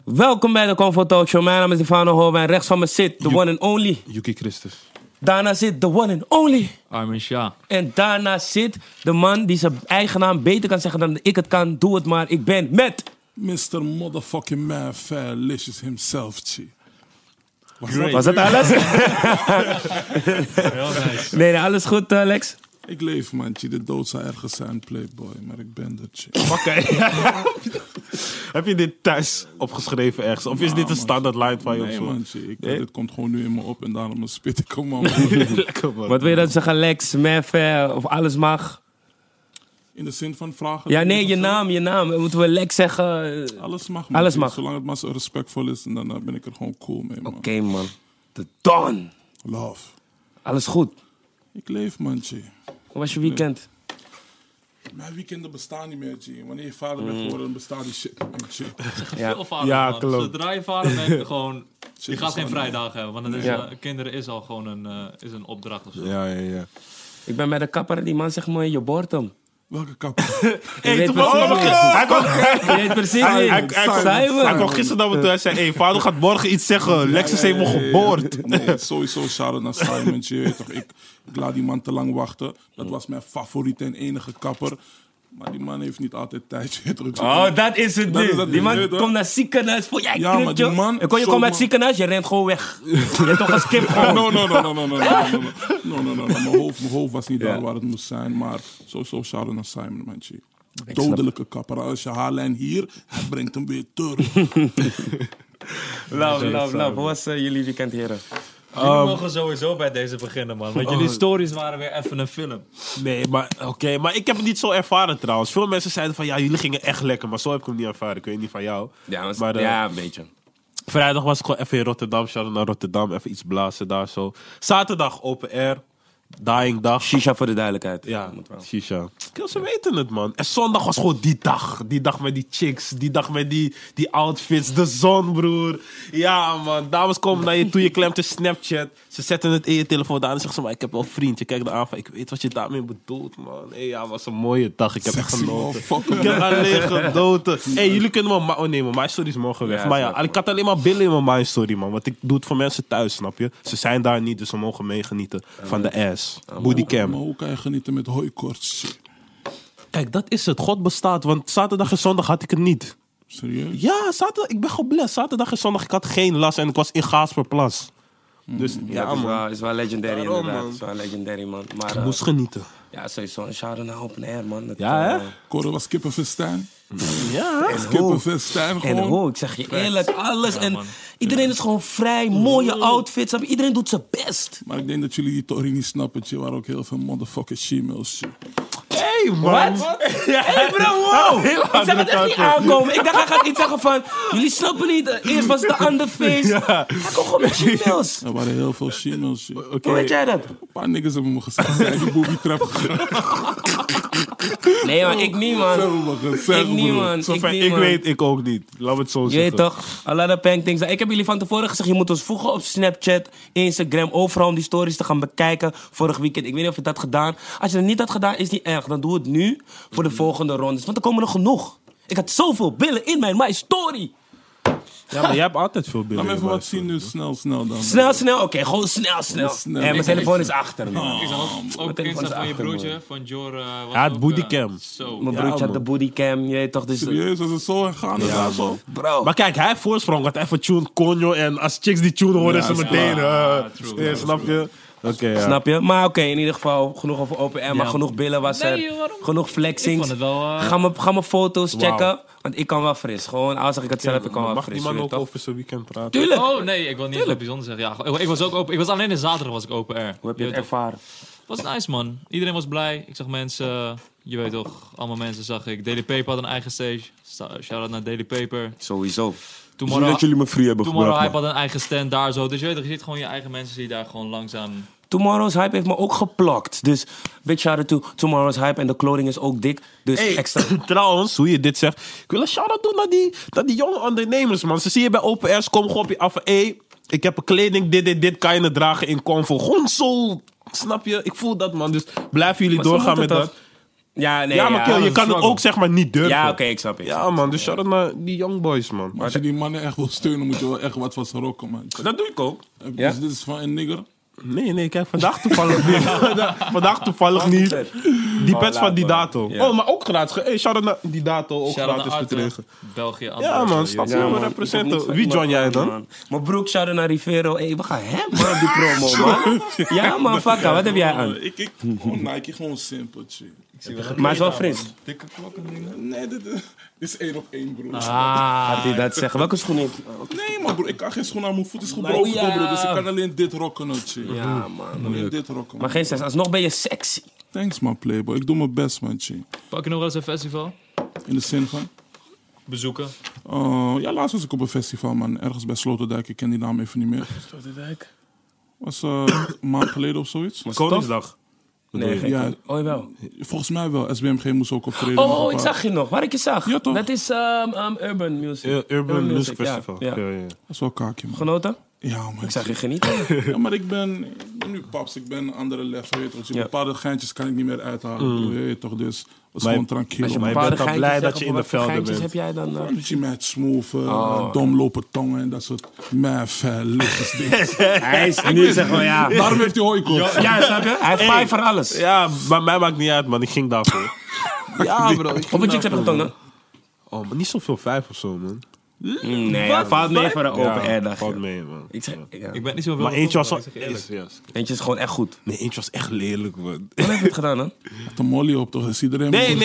Welkom bij de Comfort Talk Show. Mijn naam is Ivano Hoorwijn. Rechts van me zit the one and only Yuki Christus. Daarna zit the one and only Armin Shah. En daarna zit de man die zijn eigen naam beter kan zeggen dan ik het kan. Doe het maar. Ik ben met Mr. Motherfucking Man Fairlicious himself, G. Was dat alles? Heel nice. Nee, alles goed, Lex? Ik leef, man, G. De dood zou ergens zijn, playboy. Maar ik ben er, G. Oké. Heb je dit thuis opgeschreven ergens? Of is dit een standaard line van je? Nee, of zo? man, G. Dit komt gewoon nu in me op en daarom spit ik hem man. Lekker, man. Wat wil je dat zeggen, Lex, man, fair of alles mag? In de zin van vragen? Ja, nee, je naam. Moeten we Lex zeggen? Alles mag, man. Alles G. mag. Zolang het maar zo respectvol is, en dan ben ik er gewoon cool mee, man. Oké, man. De Don. Love. Alles goed. Ik leef, man, G. Hoe was je weekend? Mijn weekenden bestaan niet meer, G. Wanneer je vader bent geworden, dan bestaat die shit niet, G. Ja. Veel vader, Ja, man. klopt. Zodra je vader bent, gewoon... Je gaat geen man. vrijdag hebben, want dan is, Ja. kinderen is al gewoon een opdracht of zo. Ja. Ik ben bij de kapper. Die man zegt me, je boort hem. Welke kapper? Je weet precies niet. Simon. Hij kwam gisteren naar me toe en zei... Hey, vader gaat morgen iets zeggen. Lexus heeft me geboord. Nee, sowieso shout-out naar Simon. Je weet toch, ik laat die man te lang wachten. Dat was mijn favoriete en enige kapper. Maar die man heeft niet altijd tijd. Je weet toch, Oh, dat is het Dat is nu. het Die nu, man weet je komt naar het ziekenhuis. Voor jij Ja, maar die man- En kon je zo komen uit het man- ziekenhuis, je rent gewoon weg. Je hebt toch geskipt gewoon. No. Mijn hoofd was niet daar waar het moest zijn. Maar sowieso shout-out naar Simon, man. Dodelijke kapper. Als je haarlijn hier, hij brengt hem weer terug. Love. Hoe was jullie weekend, heren? Jullie mogen sowieso bij deze beginnen, man. Want jullie stories waren weer even een film. Nee, maar oké. Maar ik heb het niet zo ervaren trouwens. Veel mensen zeiden van... Ja, jullie gingen echt lekker. Maar zo heb ik hem niet ervaren. Ik weet niet van jou. Maar, Ja, een beetje. Vrijdag was ik gewoon even in Rotterdam. Shout-out naar Rotterdam. Even iets blazen daar zo. Zaterdag open air. Dying dag. Shisha voor de duidelijkheid. Ja, Moet wel. shisha. Ze weten het, man. En zondag was gewoon die dag. Die dag met die chicks. Die dag met die outfits. De zon, broer. Ja, man. Dames komen naar je toe. Je klemt een Snapchat. Ze zetten het in je telefoon aan en zeggen ze... Maar ik heb wel een vriend. Je kijkt eraan van... Ik weet wat je daarmee bedoelt, man. Hey, ja, het was een mooie dag. Ik heb echt Sexy genoten. motherfucker. Ik heb alleen genoten. Hey, jullie kunnen wel... Oh nee, mijn story is morgen weg. Ja, Maar snap ja, ik had alleen maar billen in mijn story, man. Want ik doe het voor mensen thuis, snap je? Ze zijn daar niet, dus ze mogen meegenieten van de ass. Bodycam. Maar hoe kan je genieten met hooikorts? Kijk, dat is het. God bestaat. Want zaterdag en zondag had ik het niet. Serieus? Ja, zaterdag. Ik ben geblest. Zaterdag en zondag ik had geen last en ik was in Gaasperplas. Dus ja, Dat man. is wel legendary, Daarom, inderdaad. man. Dat is wel legendary, man. Maar Ik moest genieten. ja, sowieso een shout-out naar Open Air, man. Dat, Ja, hè? Koren was kippenfestijn. Ja. Kippenfestijn En gewoon. hoe, ik zeg je eerlijk, alles. En man. iedereen is gewoon vrij, mooie outfits. snap je? Iedereen doet zijn best. Maar ik denk dat jullie die Tory niet snappen. Er waren ook heel veel motherfucking she-mails. Hey, man. Hey bro, wow! Ik zag het echt niet aankomen. Ik dacht, hij gaat iets zeggen van... Jullie snappen niet, eerst was het de underface. Hij komt gewoon met Gmails. Er waren heel veel she-mails. Hoe weet jij dat? Een paar niggas hebben me gezegd. Zijn die booby trap gegaan. Nee man, ik niet man. Ik niet man. Ik weet, ik ook niet. Laat me het zo Je zeggen. weet toch, a lot of pang things. Ik heb jullie van tevoren gezegd, je moet ons voegen op Snapchat, Instagram, overal om die stories te gaan bekijken. Vorig weekend, ik weet niet of je dat had gedaan. Als je dat niet had gedaan, is niet erg. Dan doe het nu voor de volgende rondes. Want er komen nog genoeg. Ik had zoveel billen in mijn My Story. Ja, maar jij hebt altijd veel billen. Laat me even in wat zien nu. Snel dan. Snel. Oké, gewoon snel. Snel. En mijn telefoon is achter, man. Ik zag ook Meteen Insta van van je achter, broertje, van Jor. Ja, het bodycam. Zo. Mijn broertje had de man. bodycam, je weet toch. Dus, Serieus, was het zo en gaan daar zo? bro. Maar kijk, hij heeft voorsprong. Had even tune Conjo. En als chicks die tune horen, Ja, ze is meteen... true. ja, snap je? Oké, ja. Snap je? Maar oké, in ieder geval, genoeg over Open Air, maar genoeg billen was er. Nee, waarom? Genoeg Ik flexings. vond het wel... Ga mijn foto's checken, Wauw. want ik kan wel fris. Gewoon, als ik het zelf, ik kan wel Mag fris. die man je weet ook toch? over zijn weekend praten? Tuurlijk! Oh nee, ik wil niet wat bijzonder zeggen. Ja, ik was ook open. Ik was alleen in zaterdag was ik open air. Hoe heb je het weet toch? ervaren? Het was nice, man. Iedereen was blij. Ik zag mensen, je weet toch, allemaal mensen zag ik. Daily Paper had een eigen stage. Shout-out naar Daily Paper. Sowieso. Tomorrow, me free hebben Tomorrow Hype had een eigen stand daar zo. Dus je weet toch, je ziet gewoon je eigen mensen die daar gewoon langzaam... Tomorrow's Hype heeft me ook geplokt. Dus big shout-out to Tomorrow's Hype. En de clothing is ook dik. Dus Hey, extra. trouwens, hoe je dit zegt. Ik wil een shout-out doen naar die jonge ondernemers, man. Ze zie je bij Open Airs, kom gewoon op je af. Ik heb een kleding, dit kan je het dragen in Convo. Gewoon zo, snap je? Ik voel dat, man. Dus blijven jullie Maar zo doorgaan moet met het dat. Ja, nee. Ja, maar kill, je kan het struggle. ook zeg maar niet durven. Ja, oké, ik snap je. Ja, man, dus shout-out naar die young boys, man. Maar als je die mannen echt wil steunen, moet je wel echt wat van ze rocken, man. Dat doe ik ook. Ja? Dus dit is van een nigger. Nee, kijk, vandaag toevallig niet. Vandaag toevallig niet. Die pets van Didato. Ja. Oh, maar ook gratis. Hey, shout-out naar Didato, ook Shout-out gratis naar Arte, gekregen. België, Ja, Antwerpen. man, snap je? Ja, we man. representen. Ik heb niks Wie van join jij iemand, dan? man. Mijn broek, shout-out naar Rivero. Hey, we gaan hem, man, op die promo, man. Ja, man, fuck, wat heb jij aan? Ik gewoon Nike, gewoon simpeltje. Maar het is wel fris. Dikke klokken dingen. Nee, dit is 1 op 1, broer. Gaat hij dat zeggen? Welke schoen heeft hij? Nee, man, broer, ik kan geen schoen aan mijn voet is gebroken, ja. broer. Dus ik kan alleen dit rocken, notje. Ja, man. Alleen dit rocken. Maar geen stress, alsnog ben je sexy. Thanks, man, playboy. Ik doe mijn best, man, tje. Pak je nog wel eens een festival? In de zin van... Bezoeken? Ja, laatst was ik op een festival, man. Ergens bij Sloterdijk. Ik ken die naam even niet meer. Was een maand geleden of zoiets. Koningsdag. Nee, geen Ja. Oh, jawel. Volgens mij wel. SBMG moest ook optreden. Oh, Nog een ik paar- zag je nog. Waar ik je zag. Ja, toch? Dat is Urban Music. Urban Music Festival. Ja. Ja, ja. Dat is wel kaakje, man. Genoten? Ja, man. Ik zag je genieten. Ja, maar ik ben nu paps. Ik ben een andere level. Weet je, want Ja. bepaalde geintjes kan ik niet meer uithalen. Weet je toch, dus het was Maar- gewoon tranquilo. Als je Maar je man. bepaalde bent al geintjes blij zegt, dat je in of de wat voor velden geintjes bent. heb jij dan? Een beetje met smooth, domlopen tongen en dat soort lichtjes dingen. Hij is nu zeg maar ja. Daarom heeft hij hooikoorts. Ja, snap je? Hij heeft vijf voor alles. Ja, maar mij maakt niet uit, man. Ik ging daarvoor. Ja, bro. Hoeveel chicks heb je getoond dan? Oh, maar niet zoveel 5 of zo, man. Nee, hij valt mee voor een open air dag. Valt mee, man. Ik zeg, ja. Ik ben niet zoveel... Maar eentje was wel... ik zeg je eerlijk. Yes. Eentje is gewoon echt goed. Nee, eentje was echt lelijk, man. Wat heb je het gedaan dan? Met een molly op toch? Is iedereen... Nee.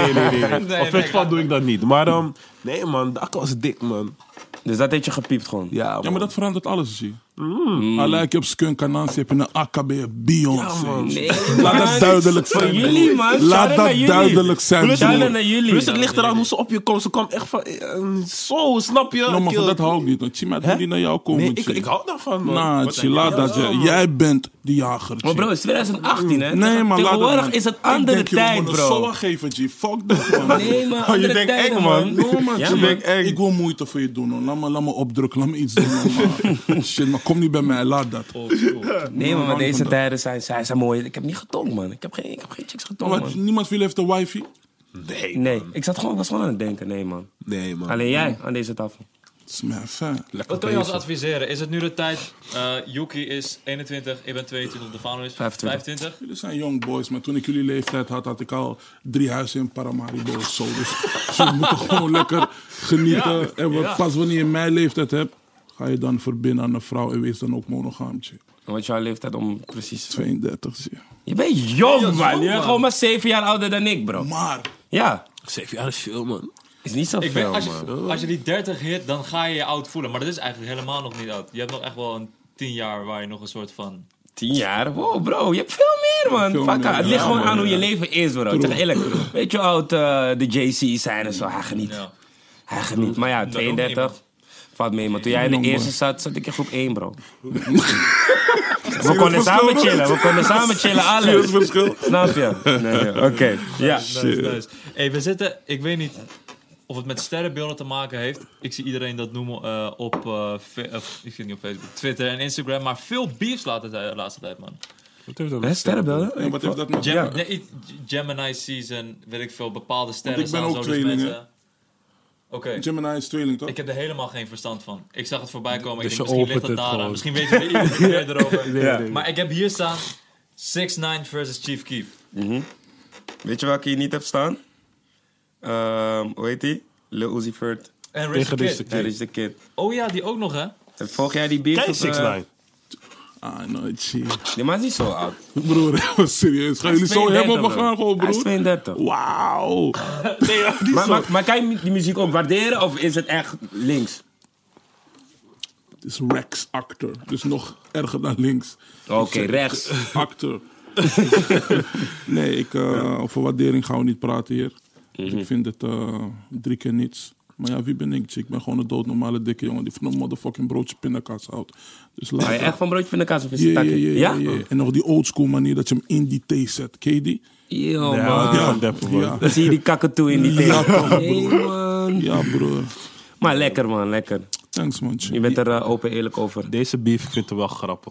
Nee, Op festival doe ik dat niet. Maar nee, man. Dat was dik, man. Dus dat heeft je gepiept gewoon. Ja, man. Ja, maar dat verandert alles, zie je. Lijk je op Skunk Anansi, heb je een AKB, Beyoncé. Nee, Laat man. dat duidelijk Voor zijn. jullie, man. Laat Shout-out naar dat jullie. duidelijk zijn. Plus- Shout-out broer. naar jullie. Dus het ligt eraan hoe ze op je komt. Ze kwam echt van... zo, snap je? Nou, maar Kill. dat hou ik niet. Want Chima moet niet naar jou komen. Nee, Chi. ik hou daarvan, man. Nah, Wat Chi, zijn laat jullie? dat je. Jij bent de jager, Chi. Maar bro, het is 2018, hè? Nee, maar laat Tegenwoordig man. is het Ik andere denk, je tijd, moet een bro. SOA geven, G. Fuck dat, man. Nee, maar andere denkt tijden, eng, man. No, man, Ja, Chi. man. Ik wil moeite voor je doen, hoor. Laat me opdrukken, laat me iets doen. Man. Shit, maar kom niet bij mij, laat dat. Nee, maar man, deze van tijden zijn mooi. Ik heb niet getonkt, man. Ik heb geen chicks getonkt, Maar man. niemand wil heeft een wifi. Nee, ik was gewoon aan het denken. Nee, man. Nee, man. Alleen jij aan deze tafel. Dat is mijn fan. Wat kan je ons adviseren? Is het nu de tijd? Yuki is 21, ik ben 22, de Fano is 25. Jullie zijn young boys, maar toen ik jullie leeftijd had ik al 3 huizen in Paramaribo of zo. Dus jullie moeten gewoon lekker genieten. En pas wanneer je mijn leeftijd hebt, ga je dan verbinden aan een vrouw en wees dan ook monogaamtje. Wat is jouw leeftijd om precies... 32, zie je. Je bent jong, man. Je bent gewoon maar 7 jaar ouder dan ik, bro. Maar, Ja, 7 jaar is veel, man. is niet zo Ik veel, weet, man. als je die 30 hit, dan ga je je oud voelen. Maar dat is eigenlijk helemaal nog niet oud. Je hebt nog echt wel een 10 jaar waar je nog een soort van... 10 jaar? Wow, bro. Je hebt veel meer, man. Veel Fuck, meer, het ligt ja, gewoon man, aan hoe je ja. leven is, bro. Ik zeg eerlijk. Weet je hoe oud de JC's zijn en zo? Hij geniet. Ja. Hij geniet. Maar ja, 32. niemand. Valt mee, maar toen jij in de Jong, eerste man. zat ik in groep 1, bro. We konden samen chillen. We konden samen chillen, alles. Snap je? Nee, oké. Ja. Nice. Hey, we zitten, ik weet niet of het met sterrenbeelden te maken heeft. Ik zie iedereen dat noemen op, ik zit niet op Facebook, Twitter en Instagram. Maar veel beefs de laatste tijd, man. Wat heeft dat Hè, sterrenbeelden? en wat heeft dat met... Ja. Gemini season, weet ik veel, bepaalde sterren ik ben staan ook zo, dus tweeling, mensen... Oké. Gemini is tweeling, toch? Ik heb er helemaal geen verstand van. Ik zag het voorbij komen. Dus Ik denk, je misschien ligt opent het het daar aan. gewoon. Misschien weten jullie iets meer erover. nee. Maar ik heb hier staan 6ix9ine versus Chief Keef. Weet je welke je niet hebt staan? Hoe heet die? Lil Uzi Vert. En Rich the Tegen Kid. That is the kid. Oh ja, die ook nog, hè? Volg jij die beef? Kijk, of, 6ix9ine. Ah, nooit, zie. Die man is niet zo oud. Broer, even serieus. Gaan jullie zo 32, helemaal bro. gaan gewoon, Hij is broer? 32. Wauw. Maar kan je die muziek ook waarderen of is het echt links? Het is Rex Actor. Dus nog erger dan links. Oké, rechts. Actor. Nee, over waardering gaan we niet praten hier. Dus ik vind het 3 keer niets. Maar ja, wie ben ik? Ik ben gewoon een doodnormale dikke jongen die van een motherfucking broodje pindakaas houdt. Dus laat Ga je echt van broodje pindakaas of is het Ja, takkie? ja. En nog die oldschool manier dat je hem in die thee zet. Ken je die? Yo, Ja, man. die van Deppen, man. Ja. Dan zie je die kakatoe in die thee. Ja, toch, Nee, broer. man. Ja, broer. Maar lekker, man, lekker. Thanks, man. Je bent er open eerlijk over. Deze beef vind ik wel grappig, man.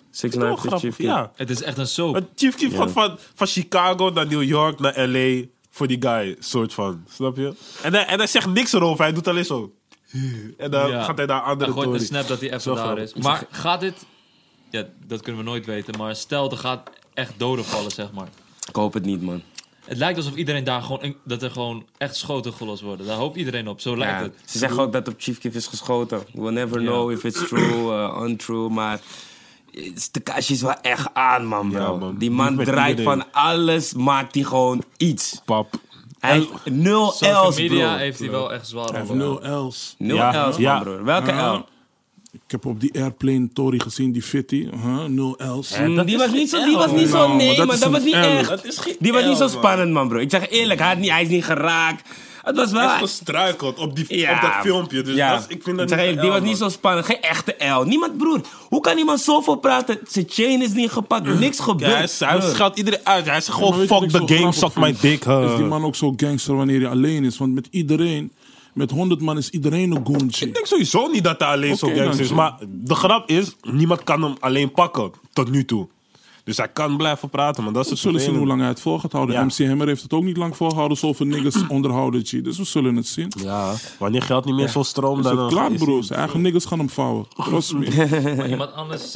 6 Wel 9 grappig, Chief Keef. ja. Het is echt een soap. Want Chief Keef gaat van Chicago naar New York naar LA voor die guy, soort van. Snap je? En hij zegt niks erover, hij doet alleen zo. En dan gaat hij naar andere Hij gooit een tories. snap dat hij even Zo daar grappig. is. Maar gaat dit... Ja, dat kunnen we nooit weten. Maar stel, er gaat echt doden vallen, zeg maar. Ik hoop het niet, man. Het lijkt alsof iedereen daar gewoon... Dat er gewoon echt schoten gelost worden. Daar hoopt iedereen op. Zo lijkt Ja, het. ze zeggen ook dat op Chief Keef is geschoten. We'll never know if it's true, untrue, maar... Tekashi is wel echt aan, man, bro. Ja, man. Die man Met draait iedereen. van alles, maakt hij gewoon iets. Pap. Hij heeft 0 Social L's, media bro. heeft hij wel echt zwaar Hij heeft onder. 0 L's. 0 Ja, L's, ja. man, bro. Welke L? Ik heb op die Airplane Tory gezien, die Fitty. 0 L's. Die was niet zo, die was niet zo, Nou, nee, maar dat maar is dat een was niet L. echt. Dat is geen Die was niet zo L, man. spannend, man, bro. Ik zeg eerlijk, hij is niet geraakt. Het was wel... Hij is gestruikeld op dat filmpje. Dus ja. dat is, ik vind dat zeg niet eerlijk, een die L, was niet man. zo spannend. Geen echte L. Niemand, broer. Hoe kan iemand zoveel praten? Zijn chain is niet gepakt. Niks gebeurd. Ja, hij broer. scheldt iedereen uit. Hij zegt Maar gewoon, weet je wat fuck ik the zo game, grappig suck my vind? dick. Is die man ook zo gangster wanneer hij alleen is? Want met iedereen, met 100 man is iedereen een goonchi. Ik denk sowieso niet dat hij alleen zo Oké, gangster is. dan. Maar de grap is, niemand kan hem alleen pakken. Tot nu toe. Dus hij kan blijven praten, maar dat is We het zullen zien hoe vervelende. lang hij het vol gaat houden. Ja. MC Hammer heeft het ook niet lang volgehouden. Zoveel niggas onderhouden, G. Dus we zullen het zien. Ja, wanneer geld niet meer zo stroomt, Is dan... het klaar, is- bro? Zijn eigen niggas gaan hem vouwen. Trust me. Maar iemand anders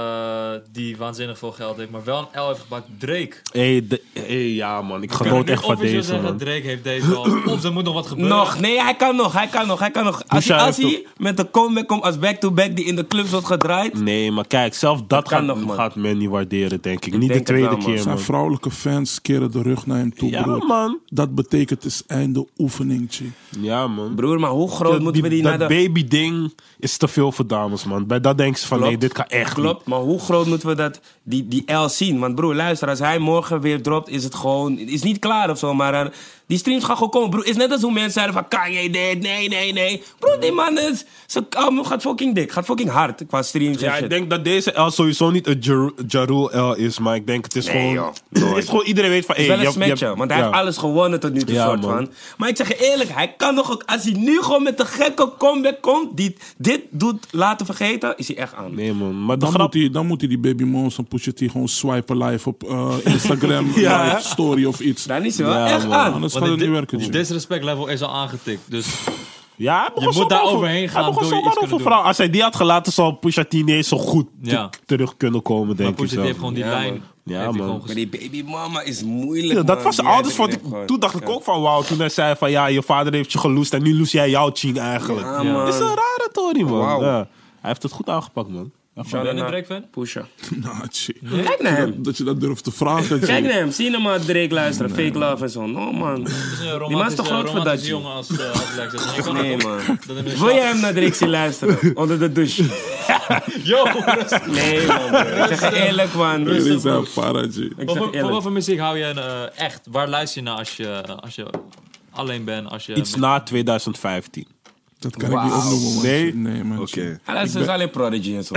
die waanzinnig veel geld heeft, maar wel een L heeft gepakt. Drake. Hey, ja man, ik Kan genoot ik echt van officieel deze zeggen, man. Drake heeft deze al. Of er moet nog wat gebeuren. Nog, nee, hij kan nog. Als Pusha hij heeft met de comeback komt als back-to-back die in de clubs wordt gedraaid. Nee, maar kijk, zelf dat kan nog, man. gaat men niet waarderen, denk ik. Ik Niet de denk het tweede wel, man. keer, Zijn man. vrouwelijke fans keren de rug naar hem toe, Ja, broer. man. Dat betekent het is einde oefening, G. Ja, man. Broer, maar hoe groot moeten we die naar dat de... baby-ding is te veel voor dames, man. Bij dat denken ze van, Klopt. nee, dit kan echt Klopt, maar hoe groot moeten we die L zien? Want broer, luister, als hij morgen weer dropt, is het gewoon... is niet klaar of zo, maar die streams gaan gewoon komen. Broer, is net als hoe mensen zeiden van, kan je dit? Nee. Broer, die man is... Zijn album gaat fucking dik, gaat fucking hard qua streams en Ja, shit. ik denk dat deze L sowieso niet een Jarul L is, maar ik denk het is gewoon... joh, het is gewoon iedereen weet van... Het is wel een smetje, want hij heeft alles gewonnen tot nu toe, Ja, soort man. van. Maar ik zeg je eerlijk, hij kan nog ook... Als hij nu gewoon met een gekke comeback komt, die dit doet laten vergeten, is hij echt aan. Nee, man. Maar de Dan grap... moet hij die Baby Moms van Pusha T gewoon swipen live op Instagram Ja, live hè? story of iets. Dan is hij wel Ja, echt man. aan. Anders Want gaat het dit- niet werken, G. Het disrespect level is al aangetikt. Dus Ja, hij begon Je moet zomaar daar over- overheen gaan, Hij begon wil je zomaar iets over kunnen vrouw. Als hij die had gelaten, zou Pusha T niet eens zo goed Ja. terug kunnen komen, maar denk ik Pusha zo. die heeft gewoon die Ja, lijn. man. Ja, heeft hij man. gewoon Maar die baby mama is moeilijk, Ja, dat man. was de Die ouders hebben vond echt gewoon- toen dacht ik Ja. ook van wauw. Toen hij zei van ja, je vader heeft je geloosd en nu loest jij jouw ching eigenlijk. Ja, Ja. man. Dat is een rare Tory, man. Wauw. Ja. Hij heeft het goed aangepakt, man. Ben je een Drake-fan? Pusha. Nou, G. Kijk naar hem. Dat je dat durft te vragen, G. Kijk naar hem. Zie hem maar Drake luisteren. Fake love en zo. No, man. Het is een Die man is toch groot voor dat, G? jongen als Lex. Dus je kan Nee, ook- man. dat in een Wil je hem naar Drake zien luisteren? Onder de douche. Yo, rustig. Nee, man. Bro. Ik zeg je eerlijk, man. Jullie zijn para, G. Ik Voor zeg wat eerlijk. voor muziek hou je echt? Waar luister je naar als je alleen bent? Als je Iets na 2015. Dat kan ik niet opnoemen, man. Nee? Nee, man. Oké. Hij luistert dus alleen Prodigy en zo.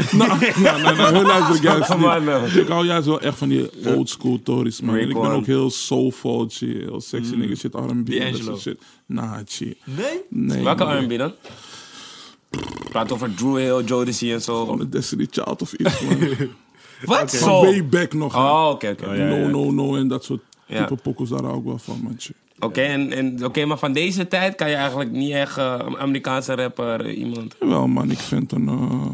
Hun luister ik juist Come on, man. niet. Ik hou juist wel echt van die old school Tories, man. En ik ben Raekwon. ook heel soulful, G. Heel sexy nigga shit, R&B en dat D'Angelo. soort shit. Nah, G. Nee? Nee, Welke man. R&B dan? Praat over Drew Hill, Jodeci en zo. Gewoon een Destiny Child of iets, man. Wat? Van Zo? way back nog. Oh, oké. No, en dat soort Ja. type pokkels daar hou ik wel van, man. G. Oké, maar van deze tijd kan je eigenlijk niet echt Amerikaanse rapper iemand. Jawel, man. Ik vind een...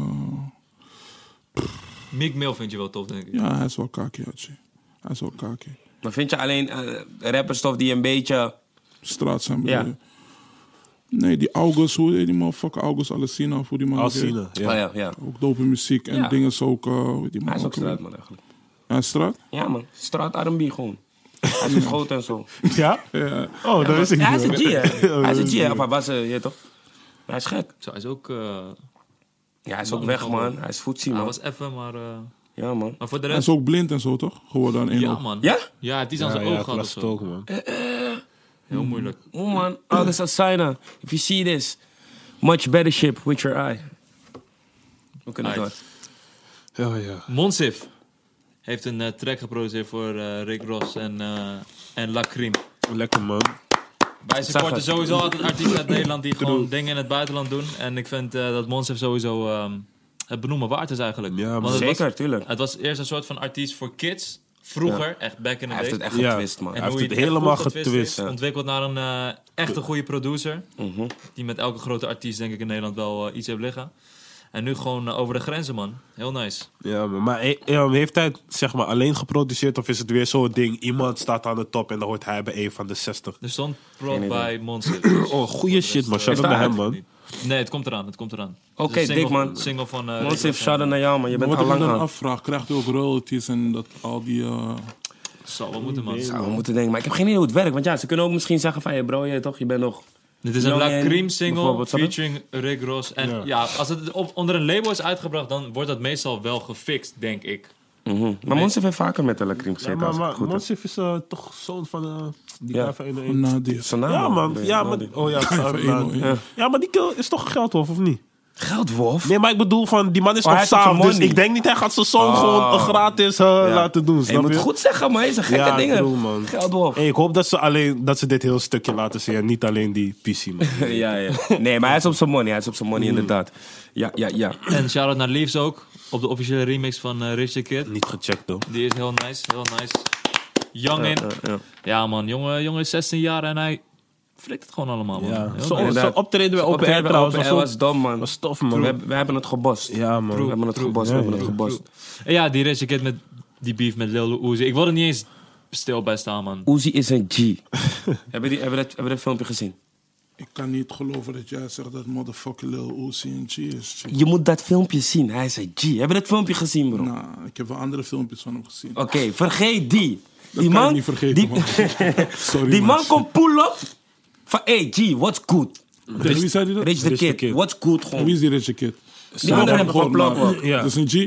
Meek Mill vind je wel tof, denk ik. ja, hij is wel kaki, G. Hij is wel kaki. Maar vind je alleen rapperstof die een beetje... Straat zijn, Ja. bedoel je? Nee, die August, hoe heet die motherfucker? August Alessina, of hoe die man ook heet. Alcine, ja. Oh ja. Ook dope muziek en Ja. dingen is ook... hoe heet die man Hij is ook weer? straat, man, eigenlijk. Ja, straat? Ja, man. Straat R&B gewoon. Hij is geschoten en zo. Ja? Ja. Oh, dat wist ik Ja, hij is niet. een G, hè? hoor. Hij is een G, of hij was, je toch? Hij is gek. Zo, hij is ook... Ja, hij is ook weg, man. Hij is voetzie, hij man. was even, maar... Ja, man. maar voor de Hij rest... is ook blind en zo, toch? Geworden aan één Ja, oog. man. Ja? Ja, het is aan Ja, zijn ja, oog ik gehad of las het zo. ook, man. Heel moeilijk. Oh, man. August Alsina. If you see this, much better ship with your eye. We kunnen door. Nice. Ja. Monsif heeft een track geproduceerd voor Rick Ross en Lacrim. Lekker, man. Wij supporten het. sowieso altijd artiesten uit Nederland die gewoon dingen in het buitenland doen. En ik vind dat Monsif sowieso het benoemen waard is eigenlijk. Ja, man. Want het Zeker, was, tuurlijk. het was eerst een soort van artiest voor kids. Vroeger, echt back in the Hij heeft day. het echt Ja. getwist, man. En Hij hoe heeft hij het echt helemaal goed getwist getwist. heeft, ontwikkeld naar een echt een goede producer. Mhm. Die met elke grote artiest, denk ik, in Nederland wel iets heeft liggen. En nu gewoon over de grenzen, man. Heel nice. Ja, maar heeft hij het zeg maar alleen geproduceerd of is het weer zo'n ding? Iemand staat aan de top en dan hoort hij bij een van de 60. Er stond Geen prod idee. bij Monster. Oh, goeie shit, man. Shout Is out naar dat hem, uit? man. Nee, het komt eraan. Oké, Het is een dik, single- man. Single van... Monster heeft shout-out naar jou, man. Je Maar bent wat al ik me lang dan aan. afvraag, krijgt hij ook royalties en dat al die... Zal wel moeten, man. Zou we moeten denken. Maar ik heb geen idee hoe het werkt. Want ja, ze kunnen ook misschien zeggen van... Hey bro, je bent nog... Dit is een Young La N, Cream single bijvoorbeeld, snap je? featuring Rick Ross. En ja, als het onder een label is uitgebracht, dan wordt dat meestal wel gefixt, denk ik. Maar Monster heeft vaker met de La Cream gezeten. als ik het Maar goed heb. Monsif is toch zoon van die Ja. guy van 101. Nadir. Sanaa, Ja, man. Ben je- Ja, maar... Oh ja, ja, maar die kill is toch een geldwolf, of niet? Geldwolf? Nee, maar ik bedoel van, die man is hij nog is op saaf, zijn dus money. ik denk niet hij gaat zijn zoon gewoon gratis laten doen, Je snap moet je? goed zeggen, maar hij is een gekke Ja, dingen. true, man. Geldwolf. Hey, ik hoop dat ze dit heel stukje laten zien en niet alleen die PC, man. Ja. Nee, maar hij is op zijn money. Inderdaad. Ja. En shout-out naar Leaves ook, op de officiële remix van Rich the Kid. Niet gecheckt, hoor. Die is heel nice. Young in. Ja, man. Jongen is 16 jaar en hij flikt het gewoon allemaal, man. Ja. Heel Zo nice. optreden bij Open Air trouwens was, was dom, man. was tof, man. We hebben het gebost. Ja, man. We hebben het gebost. En ja, die Rich the Kid met die beef met Lil Uzi. Ik wilde niet eens stil bij staan, man. Uzi is een G. Hebben we dat filmpje gezien? Ik kan niet geloven dat jij zegt dat motherfucking Lil Uzi een G is. G. Je moet dat filmpje zien. Hij is een G. Hebben we dat filmpje gezien, bro? Nou, ik heb wel andere filmpjes van hem gezien. Oké, vergeet die. Dat kan ik niet vergeten, man. Sorry, Die man. man komt pull-up van, hey G, what's good? Tegen wie zei hij dat? Rich the Kid, what's good En gewoon. wie is die Rich Kid? Die andere hebben gewoon plak op. Ja. Dat is een G?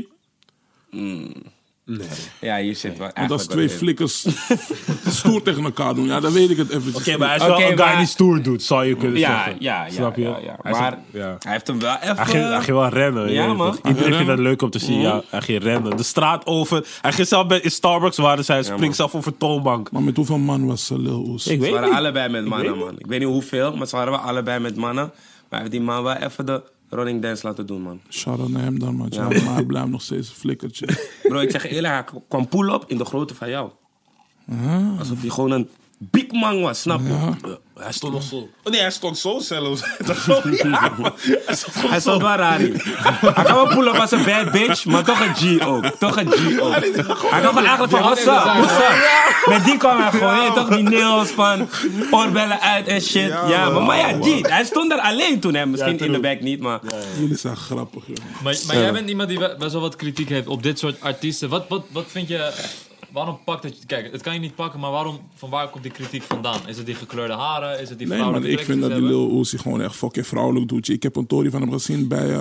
Ja, hier zit wel Want als eigenlijk twee wel in. flikkers stoer tegen elkaar doen, ja, dan weet ik het eventjes. Oké, maar hij is Oké, wel een guy maar- die stoer doet, zou je kunnen Ja, zeggen. ja. Snap je? Ja. Hij Maar is- ja. hij heeft hem wel even... Hij ging wel rennen. Ja, je weet man. toch? Iedereen Hij vindt ging het leuk om te zien. Ja, hij ging rennen. De straat over. Hij ging zelf in Starbucks waren zij. Hij springt zelf over de toonbank. Maar met hoeveel man was Lil Uzi? Ik Ze weet waren niet. allebei met mannen, man. Ik weet niet hoeveel, maar ze waren wel allebei met mannen. Maar hij heeft die man wel even de running dance laten doen, man. Shout-out naar hem dan, man. Ja. Maar hij blijft nog steeds een flikkertje. Bro, ik zeg je eerlijk, hij kwam pull-up in de grootte van jou. Alsof hij gewoon een big man was, snap je? Hij stond nog zo. Oh nee, hij stond zo zelfs. Ja, man. Hij stond wel raar in. Hij kan wel pull-up als een bad bitch, maar toch een G ook. Hij kwam gewoon eigenlijk van, what's up? Met die kwam hij gewoon, hè, toch die nails van oorbellen uit en shit. Ja, maar ja, G, hij stond er alleen toen, hè. Misschien in de back niet, maar... Jullie zijn grappig, joh. Maar jij bent iemand die best wel wat kritiek heeft op dit soort artiesten. Wat vind je... Waarom pakt het... Kijk, het kan je niet pakken, maar van waar komt die kritiek vandaan? Is het die gekleurde haren? Is het die Nee, man, vrouwelijke ik vind dat trekjes die hebben? Lil Uzi gewoon echt fucking vrouwelijk doet. Ik heb een story van hem gezien bij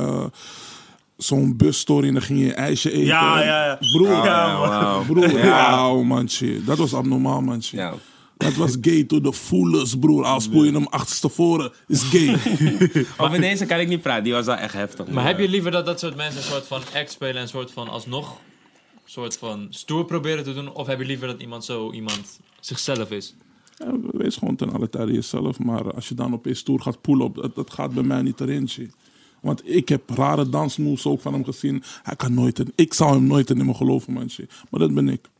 zo'n busstory en dan ging je een ijsje eten. Ja. Broer, Wauw. broer, wauw, man, shit. Dat was abnormaal, man, shit. Ja. Dat was gay to the fullest, broer. Al spoel je hem achterstevoren, is gay. Over deze kan ik niet praten, die was wel echt heftig. Maar heb je liever dat soort mensen een soort van act spelen en een soort van alsnog soort van stoer proberen te doen? Of heb je liever dat iemand zichzelf is? Ja, wees gewoon ten alle tijde jezelf. Maar als je dan opeens stoer gaat poelen, dat gaat bij mij niet erin, shit. Want ik heb rare dansmoves ook van hem gezien. Ik zou hem nooit in me geloven, man, shit. Maar dat ben ik.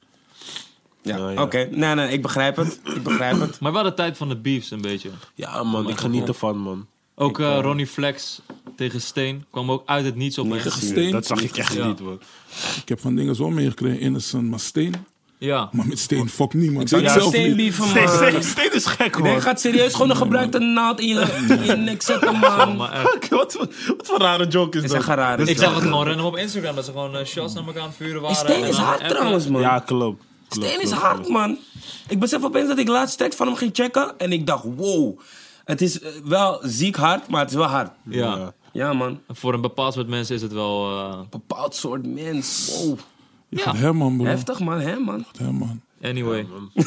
Ja, oké. Nee, ik begrijp het. Maar wel de tijd van de beefs een beetje. Ja, man, ik geniet ervan, man. Ook Ronnie Flex tegen Steen kwam ook uit het niets op mij. Steen, Dat zag ik echt Ja. niet, man. ik heb van dingen zo meegekregen. Innocent, maar Steen. Ja. Maar met Steen, fuck niemand. zou Ik niet zelf Steen niet. beefen, man. Steen is gek, Nee, man. gaat serieus gewoon een gebruikte naald in je nek zetten, man. Maar echt. Wat voor rare joke is Is dat? echt raar. Ik zag het gewoon random op Instagram dat ze gewoon shots naar elkaar aan het vuren waren. Steen en is dan hard appen. trouwens, man. Ja, klopt. Steen is hard, man. Ik besef opeens dat ik laatst tekst van hem ging checken. En ik dacht, wow. Het is wel ziek hard, maar het is wel hard. Ja. Ja, man. Voor een bepaald soort mensen is het wel... Bepaald soort mens. Wow. Je gaat hem, man, bro. Heftig, man. Hè, man. Hem, man. Anyway.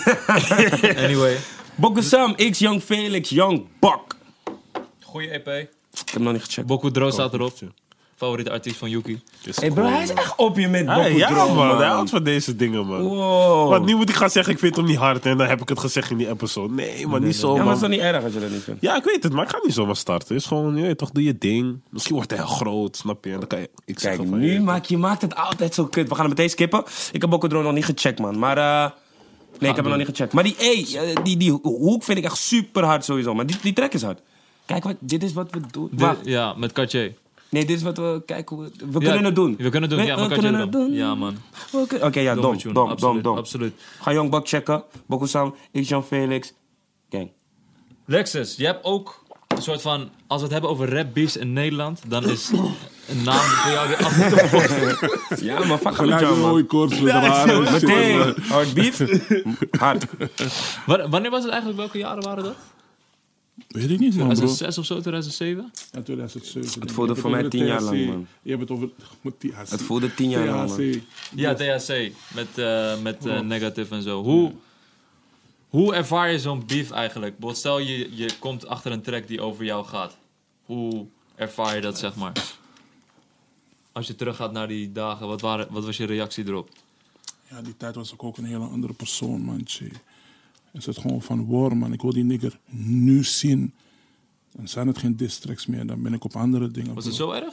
Boku Sam, X, Young Felix, Young Bak. Goeie EP. Ik heb hem nog niet gecheckt. Boku Dro staat erop. Favoriete artiest van Yuki. Hey bro, hij is echt op je met Hey, Boku ja Drone, man, hij houdt van deze dingen man. Want nu moet ik gaan zeggen, ik vind hem niet hard. En dan heb ik het gezegd in die episode. Nee, maar niet zo, Ja, maar man. het is toch niet erg als je dat niet vindt? Ja, ik weet het, maar ik ga niet zomaar starten. Het is gewoon, je weet toch, doe je ding. Misschien wordt hij heel groot, snap je? En dan kan je Kijk, zeggen van, nu ja. je maakt het altijd zo kut. We gaan het meteen skippen. Ik heb Boku Drone nog niet gecheckt, man. Maar, nee, ik heb hem nog niet gecheckt. Maar die hoek vind ik echt super hard sowieso. Maar die track is hard. Kijk, dit is wat we doen. Wacht. Ja, met Cartier. Nee, dit is wat we... Kijk, we kunnen het doen. We kunnen het doen, ja, maar we Cartier kunnen het doen. Ja, man. Oké, ja, Domme tune, dom. Absoluut. Ga Young Buck checken. Boku Sam, ik Jean Felix. Gang. Lexus, je hebt ook een soort van... Als we het hebben over rap beefs in Nederland, dan is een naam voor jou weer af en toe. Ja, maar fuck Gelijk jou, een man. mooie koorts met haar en shit. Meteen. Hard beef. Hard. Wanneer was het eigenlijk? Welke jaren waren dat? Weet ik niet, man, bro. 2006 of zo, 2007? Ja, 2007. Het voelde voor mij 10 jaar lang, man. Je hebt het over THC. Het voelde 10 jaar lang, man. THC. Ja, THC. Met Negative en zo. Hoe ervaar je zo'n beef eigenlijk? Bijvoorbeeld, stel je komt achter een track die over jou gaat. Hoe ervaar je dat, zeg maar? Als je teruggaat naar die dagen, wat was je reactie erop? Ja, die tijd was ik ook een hele andere persoon, man. Tjie. Is het gewoon van, wow, man, ik wil die nigger nu zien. Dan zijn het geen diss tracks meer, dan ben ik op andere dingen. Was bro. het zo erg?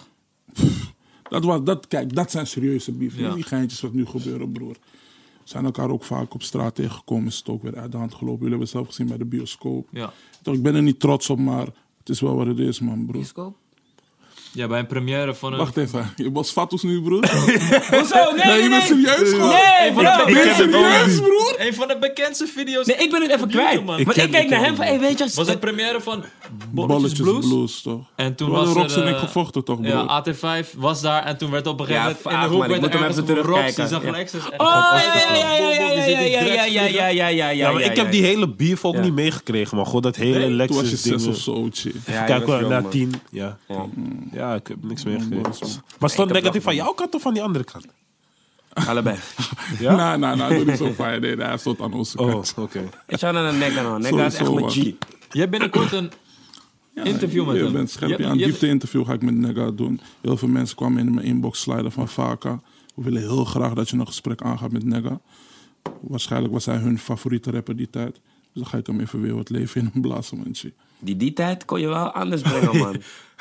Kijk, dat zijn serieuze beef. Ja. Die geintjes wat nu gebeuren, broer. We zijn elkaar ook vaak op straat tegengekomen. Is het ook weer uit de hand gelopen. Jullie hebben het zelf gezien bij de bioscoop. Ja. Toch, ik ben er niet trots op, maar het is wel wat het is, man, broer. Ja, bij een première van een... Wacht even, je was fatus nu, broer? Hoezo? Nee, je bent serieus, gewoon? Nee, bro. Ben je serieus, broer? Een van de bekendste video's. Nee, ik ben het even op YouTube, kwijt. man. Want ik kijk naar hem van, hey, weet je... Was het première van Bolletjes Blues, toch? En toen We hadden was Rox en er, ik gevochten, toch, broer? Ja, AT5 was daar en toen werd op een gegeven Ja, moment in de vaag, hoek man. Ik werd moet hem ergens even op Rox, die terugkijken. zag Ja. Lexus en Oh, ja. maar ik heb die hele beef ook niet meegekregen, maar gewoon dat hele Toen was je Lexus 6 ding. of zo, tjie. Kijk wel, naar man. 10. Ja. Ja, ik heb niks meegekregen. Maar stond negatief van jouw kant of van die andere kant? Allebei. Ja? Nou, doe niet zo fijn. Nee, hij stond aan onze Oh, kant. oké. Ik zou naar een Nega aan. Nega is echt Sowieso, mijn man. G. Je hebt binnenkort een interview met Je hem. bent scherp. Je- Ja, een je- diepte-interview ga ik met Nega doen. Heel veel mensen kwamen in mijn inbox sliden van Vaka. We willen heel graag dat je een gesprek aangaat met Nega. Waarschijnlijk was hij hun favoriete rapper die tijd. Dus dan ga ik hem even weer wat leven in hem blazen, man. Die tijd kon je wel anders brengen, man.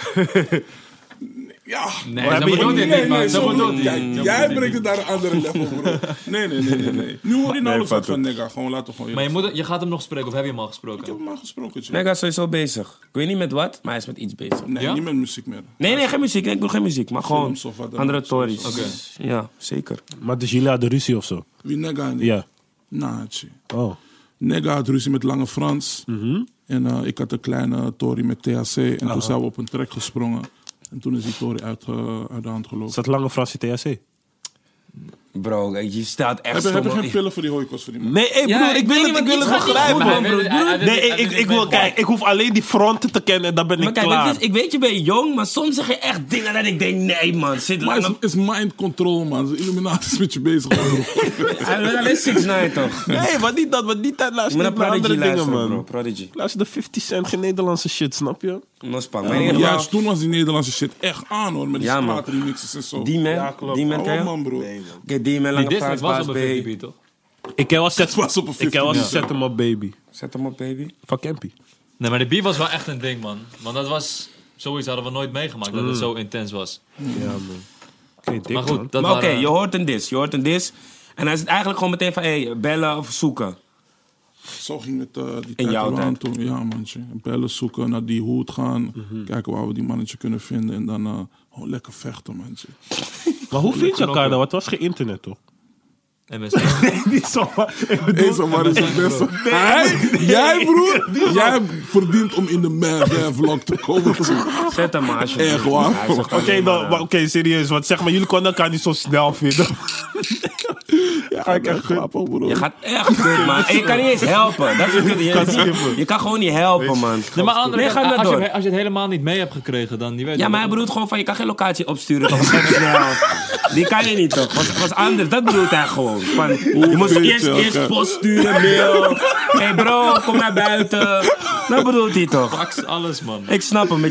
Ja, Nee, zo bedoelt hij het niet, man. Zo bedoelt hij het niet. Jij brengt het naar een andere level, bro. Nee. Nu hoor je nauwelijks wat van Nega. Gewoon laten we gewoon... Maar je gaat hem nog spreken, of heb je hem al gesproken? Ik heb hem al gesproken, tje. Nega is sowieso bezig. Ik weet niet met wat, maar hij is met iets bezig. Nee, Ja? niet met muziek meer. Nee, geen muziek. Nee, ik doe geen muziek. Maar gewoon Films of wat dan andere ook. tories. Oké. Ja, zeker. Maar dus jullie hadden ruzie of zo? Wie Nega niet? Ja. Nah, tje. Oh. Nega had ruzie met Lange Frans. En ik had een kleine tory met THC. En toen zijn we op een track gesprongen. En toen is die tory uit de hand gelopen. Is dat lange Fransie THC? Bro, je staat echt Heb je stom. geen pillen voor die hooikost voor die man? Nee, broer, Ja, ik wil het begrijpen. Maar hij weet- hij weet- Nee, hij weet- ik wil kijken. Ik hoef alleen die fronten te kennen en dan ben Maar ik kijk, klaar. ik weet je bent jong, maar soms zeg je echt dingen dat ik denk, nee man, zit Maar lang het is mind control, man. De Illuminati is met je bezig. Hij is alleen 6ix9ine toch? Nee, maar niet dat. Maar die tijd Je luister moet ik naar naar andere Prodigy dingen, luisteren, bro. man. Prodigy. Luister de 50 Cent, geen Nederlandse shit, snap je? Nospak. Maar in ieder geval, Juist toen was die Nederlandse shit echt aan, hoor. Met die Ja, man. straatremixes en zo. D-Man, Ja, klopt. D-Man ken je? Oh, man, bro. Oké, D-Man, Lange Die Frans, district was Baas op B. een 50 beat, toch? Ik ken wel Set was op een 50. Ik ken wel Ja. Set Em Up Baby. Zet hem op, baby. Van Campy. Nee, maar de beef was wel echt een ding, man. Want dat was... Zoiets hadden we nooit meegemaakt, dat het zo intens was. Ja, man. Oké, dik, Maar goed, man. dat Maar oké, waren... je hoort een dis. En hij is eigenlijk gewoon meteen van, hey, bellen of zoeken. Zo ging het die In tijd jouw al aan tijd. toen. Ja, mannetje. Bellen zoeken, naar die hoed gaan. Kijken waar we die mannetje kunnen vinden. En dan lekker vechten, mannetje. Maar hoe vind je elkaar dan? Want het was geen internet, toch? MSN. Niet zomaar. Deze man is het beste. Jij, broer, jij verdient om in de vlog te komen. Zet hem maar alsjeblieft. Echt waar? Hij zegt Oké, alleen maar, serieus. Want zeg maar, jullie konden elkaar niet zo snel vinden. Ga ik echt grappig, bro. Je gaat echt kut, man. En je kan niet eens helpen. Dat is het kut. Je kan gewoon niet helpen, man. Nee, maar andere, Nee, ga maar door. als je het helemaal niet mee hebt gekregen, dan je weet Ja, maar hij bedoelt gewoon van, je kan geen locatie opsturen toch? Snel. Die kan je niet toch? Was anders, dat bedoelt hij gewoon. Van, je moet eerst post sturen, mail. Hey bro, kom naar buiten. Dat bedoelt hij toch? Fax, alles, man. Ik snap hem.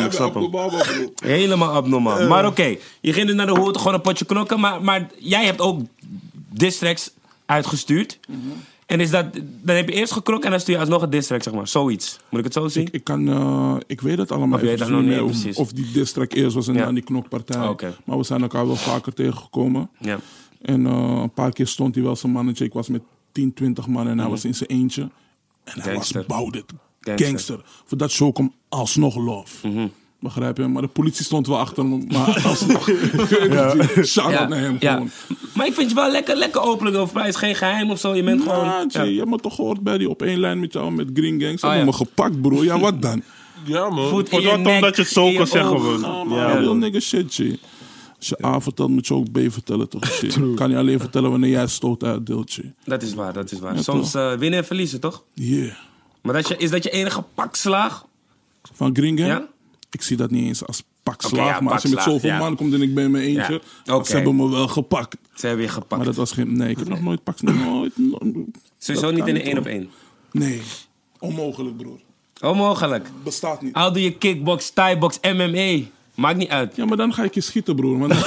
Helemaal abnormaal. Maar oké, je ging dus naar de hoed, gewoon een potje knokken. Maar jij hebt ook distracts uitgestuurd. En is dat, dan heb je eerst gekrokt en dan stuur je alsnog een distract, zeg maar. Zoiets. Moet ik het zo zien? Ik weet het allemaal Of je weet dat nog niet precies. of die distrack eerst was en dan die knokpartij. Oké. Maar we zijn elkaar wel vaker tegengekomen. Ja. En een paar keer stond hij wel zijn mannetje. Ik was met 10, 20 man en hij was in zijn eentje. En hij Gangster. was bouwd. Gangster. Gangster. Voor dat show kwam alsnog love. Begrijp je? Maar de politie stond wel achter hem. Maar alsnog. Shout-out naar hem gewoon. Maar ik vind je wel lekker openlijk over. Het is geen geheim of zo. Je bent gewoon... Ja, je hebt me toch gehoord bij die op één lijn met jou met Green Gang. Ze Oh, hebben me gepakt, bro. Ja, wat dan? Ja, man. Voet in Voor je wat nek, omdat je het zo in je kan zeggen, oog. man. Ja, real nigga shit, G. Als je A vertelt, moet je ook B vertellen, toch? G? Kan je alleen vertellen wanneer jij stoot uitdeelt, G. Dat is waar. Ja, Soms winnen en verliezen, toch? Yeah. Maar is dat je enige pakslaag? Van Green Gang? Ja? Ik zie dat niet eens als pakslaag. Oké, ja, maar als je met pakslaag, zoveel ja. man komt en ik ben in mijn eentje... Ja. Oké. Ze hebben me wel gepakt. Ze hebben je gepakt. Maar dat was geen... Nee, ik heb nog nooit pak. Nooit. Sowieso dat niet kan in niet, een 1-op-1. hoor. Nee. Onmogelijk, broer. Onmogelijk. Bestaat niet. Al doe je kickbox, thaibox, MMA. Maakt niet uit. Ja, maar dan ga ik je schieten, broer. Maar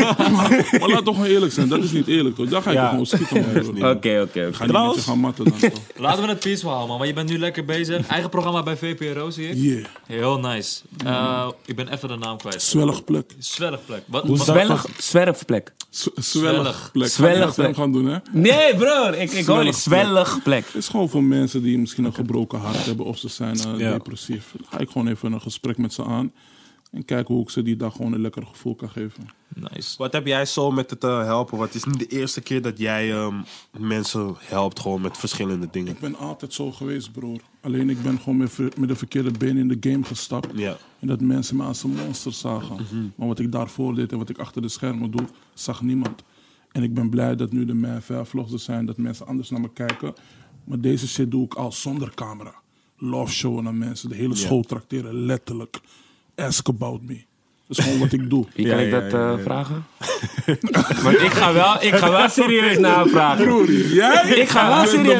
laat toch gewoon eerlijk zijn. Dat is niet eerlijk, toch? Dan ga ik je gewoon schieten, man, broer. Oké. Ga niet met je gaan matten dan, toch? Laten we het peaceful houden, man. Want je bent nu lekker bezig. Eigen programma bij VPRO, zie ik. Yeah. Heel nice. Ik ben even de naam kwijt. Zwellig plek. Zwelligplek. Zwerfplek. Zwellig plek. Zwellig Ga je plek. gaan doen, hè? Nee, broer. Ik hoor niet. Zwellig plek. Het is gewoon voor mensen die misschien een gebroken hart hebben of ze zijn depressief. Dan ga ik gewoon even een gesprek met ze aan. En kijken hoe ik ze die dag gewoon een lekker gevoel kan geven. Nice. Wat heb jij zo met het helpen? Want het is niet de eerste keer dat jij mensen helpt gewoon met verschillende dingen. Ik ben altijd zo geweest, broer. Alleen ik ben gewoon met de verkeerde been in de game gestapt. Ja. En dat mensen me als een monster zagen. Maar wat ik daarvoor deed en wat ik achter de schermen doe, zag niemand. En ik ben blij dat nu de mijn vlogs er zijn, dat mensen anders naar me kijken. Maar deze shit doe ik al zonder camera. Love showen aan mensen, de hele school trakteren, letterlijk. Ask about me. Dat is gewoon wat ik doe. Wie kan ik dat vragen? Want ik ga wel serieus navragen. Broer, jij? Ik ga wel serieus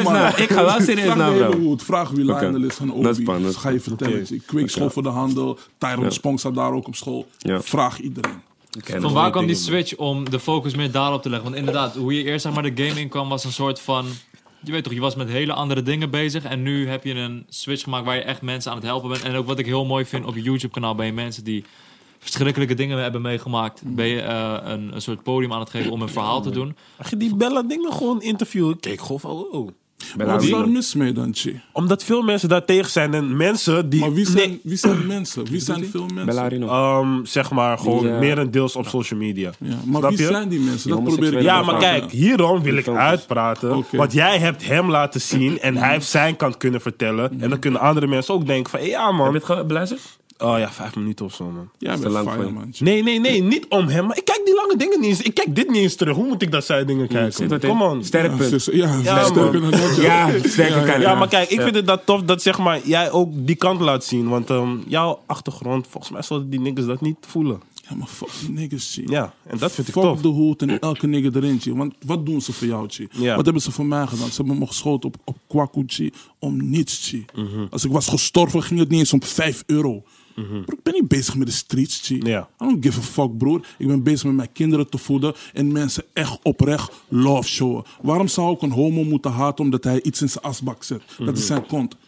Vraag navragen. hoe het. Vraag wie Lionel is van Dat Obi. is spannend. Dat ga je vertellen. Ik kweekschool voor de handel. Tyrone Spong staat daar ook op school. Ja. Vraag iedereen. Van waar kwam die switch om de focus meer daarop te leggen? Want inderdaad, hoe je eerst zeg maar, de game in kwam was een soort van... Je weet toch, je was met hele andere dingen bezig. En nu heb je een switch gemaakt waar je echt mensen aan het helpen bent. En ook wat ik heel mooi vind op je YouTube-kanaal ben je mensen die verschrikkelijke dingen hebben meegemaakt. Ben je een soort podium aan het geven om een verhaal te doen. Mag je die Bella dingen gewoon interviewen? Kijk gewoon van, oh. Wat is daar mis mee dan, Chi? Omdat veel mensen daar tegen zijn en mensen die... Maar wie zijn mensen? Wie zijn veel mensen? Bellarino. zeg maar gewoon Die, merendeels op social media. Ja, maar Snap wie je? zijn die mensen? Dat Die probeer ik. Ja, maar kijk, hierom wil ik focus. uitpraten. Oké. Want jij hebt hem laten zien en hij heeft zijn kant kunnen vertellen. En dan kunnen andere mensen ook denken van, ja Heb man. je het beluisterd? Oh ja, 5 minuten of zo man. Jij te bent lang voor fire, je. man. Chi. Nee, niet om hem. Maar ik kijk die lange dingen niet eens. Ik kijk dit niet eens terug. Hoe moet ik dat zijn dingen Zit kijken? wat in. Kom on. Sterk Ja, punt. Ja, sterker man. dan dat. Ja, sterker kan Ja, maar kijk, ik vind het dat tof dat zeg maar, jij ook die kant laat zien. Want jouw achtergrond, volgens mij zullen die niggas dat niet voelen. Ja, maar fuck die niggas, Chi. Ja, en dat vind ik Fuck tof. de hoed en elke nigger erin, Chi. Want wat doen ze voor jou, Chi? Ja. Wat hebben ze voor mij gedaan? Ze hebben me geschoten op Kwaku, Chi. Om niets, Chi. Als ik was gestorven, ging het niet eens om €5. Bro, ik ben niet bezig met de streets, Chi. Ja. I don't give a fuck, broer. Ik ben bezig met mijn kinderen te voeden en mensen echt oprecht love showen. Waarom zou ik een homo moeten haten omdat hij iets in zijn asbak zet? Dat is zijn kont.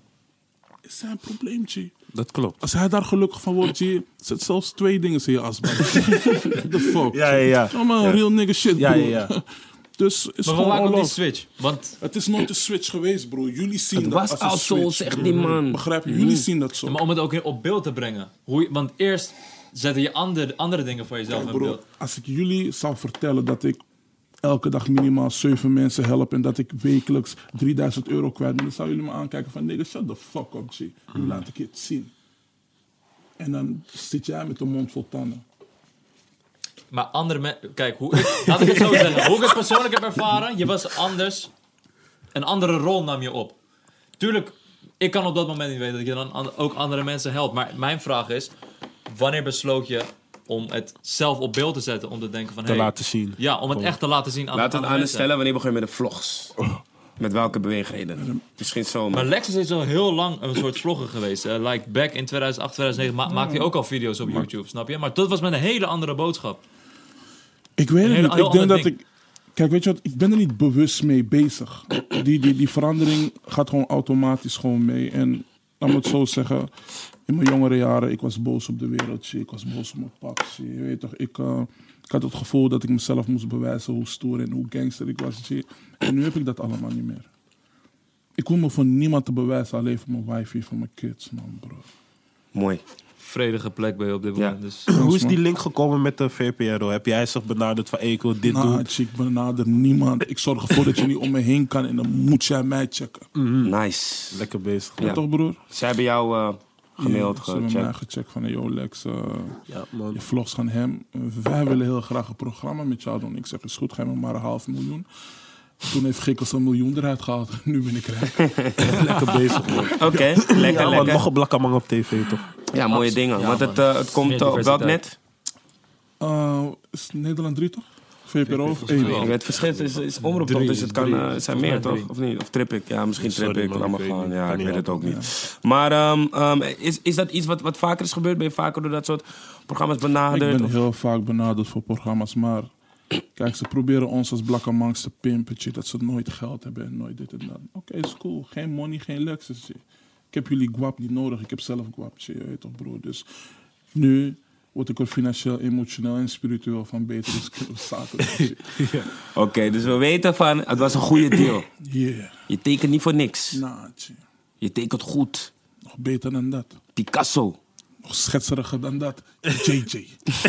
Is zijn probleem, Chi. Dat klopt. Als hij daar gelukkig van wordt, G, zet zelfs 2 dingen in je asbak. The fuck? Ja. Allemaal real nigga shit, Ja, bro. ja. Dus is Maar gewoon waar all komt die love. switch? Want Het is nooit een switch geweest, bro. Jullie zien Het dat was als een al zo, switch. zegt die man. Begrijp je? Jullie zien dat zo. maar om het ook op beeld te brengen. Want eerst zette je andere dingen voor jezelf in Bro, beeld. als ik jullie zou vertellen dat ik elke dag minimaal 7 mensen help en dat ik wekelijks €3000 kwijt ben, dan zouden jullie me aankijken van, nigga, shut the fuck up, G. Nu laat ik je het zien. En dan zit jij met een mond vol tanden. Maar andere mensen... Kijk, laat ik het zo zeggen. Hoe ik het persoonlijk heb ervaren, je was anders. Een andere rol nam je op. Tuurlijk, ik kan op dat moment niet weten dat je dan ook andere mensen helpt. Maar mijn vraag is, wanneer besloot je om het zelf op beeld te zetten? Om te denken van, Te laten zien. Ja, om het echt te laten zien aan Laten we andere het aan mensen. stellen, wanneer begon je met de vlogs? Met welke beweegreden? Misschien zo. Maar Lexus is al heel lang een soort vlogger geweest. Like back in 2008, 2009 maakte hij ook al video's op YouTube, snap je? Maar dat was met een hele andere boodschap. Ik weet het Een niet. heel Ik denk ander dat ding. ik... Kijk, weet je wat? Ik ben er niet bewust mee bezig. Die verandering gaat gewoon automatisch gewoon mee. En laat me het zo zeggen. In mijn jongere jaren, ik was boos op de wereld. Shit. Ik was boos op mijn pak. Shit. Je weet toch, ik had het gevoel dat ik mezelf moest bewijzen hoe stoer en hoe gangster ik was. Shit. En nu heb ik dat allemaal niet meer. Ik hoef me voor niemand te bewijzen. Alleen voor mijn wife, voor mijn kids, man, bro. Mooi. Vredige plek ben je op dit Ja. moment. Dus. Hoe is die link gekomen met de VPRO? Heb jij zich benaderd van, ik wil dit doen? Nou, ik benader niemand. Ik zorg ervoor dat je niet om me heen kan. En dan moet jij mij checken. Nice. Lekker bezig. Ja. Ja, toch, broer? Zij hebben jou gemaild, Ja, ze hebben mij gecheckt. gecheckt van, yo Lex, Ja, man. je vlogs gaan hem. Wij willen heel graag een programma met jou doen. Ik zeg, is goed, geef me maar 500.000. Toen heeft Gikkels 1 miljoen eruit gehaald. Nu ben ik rijk. Lekker bezig, man. Oké, lekker, Ja, man, lekker. nog een blakkamang op tv, toch? Ja, mooie dingen. Ja, Want man. het komt Meer op welk diversiteit. net? Is het Nederland 3 toch? VPRO of volgens mij 1? wel. Het verschil is omroep toch, Drie, dus het kan drie. zijn Volgens meer mij toch? 3. Of niet? Of trip ik? Ja, misschien trip Sorry, ik. man, Laat maar ik weet gaan. niet. Ja, Kan ik niet weet het ook helpen. niet. Maar is dat iets wat vaker is gebeurd? Ben je vaker door dat soort programma's Ik benaderd? ben Of- heel vaak benaderd voor programma's, maar... Kijk, ze proberen ons als blakkamangs te pimpen, shit, dat ze nooit geld hebben en nooit dit en dat. Oké, is cool. Geen money, geen Lexus, shit. Ik heb jullie guap niet nodig, ik heb zelf guap, shit, je weet toch, broer. Dus nu word ik er financieel, emotioneel en spiritueel van beter. Dus kunnen we zaken doen, shit. Oké, dus we weten van, het was een goede deal. Yeah. Je tekent niet voor niks. Nah, shit. Je tekent goed. Nog beter dan dat. Picasso. Nog schetseriger dan dat. JJ.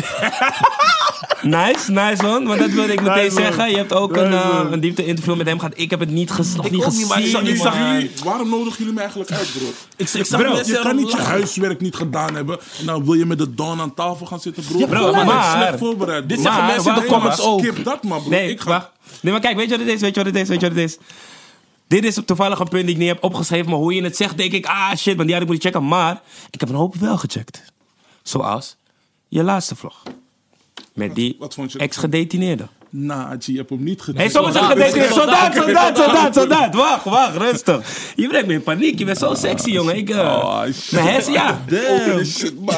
Nice man. Want dat wilde ik meteen Nice, man. zeggen. Je hebt ook een diepte-interview met hem gehad. Ik heb het niet, nog niet ook niet, maar ik gezien. zag man. jullie, waarom nodigen jullie mij eigenlijk uit, broer? Ik zag Bro, mensen Je kan niet je lachen. huiswerk niet gedaan hebben en dan wil je met de Don aan tafel gaan zitten, broer. bro, Ik ben maar- slecht voorbereid. Dit broer. zeggen Maar, mensen in de wacht, comments wacht. ook. Skip dat, man, broer. Nee, Ik ga... wacht. Nee, maar kijk, weet je wat het is? Dit is toevallig een punt die ik niet heb opgeschreven, maar hoe je het zegt, denk ik, shit, man, die had ik moeten checken. Maar ik heb een hoop wel gecheckt. Zoals je laatste vlog. Met die Wat vond je? ex-gedetineerde. Nah, je hebt hem niet Hé, gedaan. sommige gedetineerde. Soldaat. Wacht, rustig. Je brengt me in paniek. Je bent zo sexy, jongen. shit. Mijn hersenen, ja. Open this shit, man.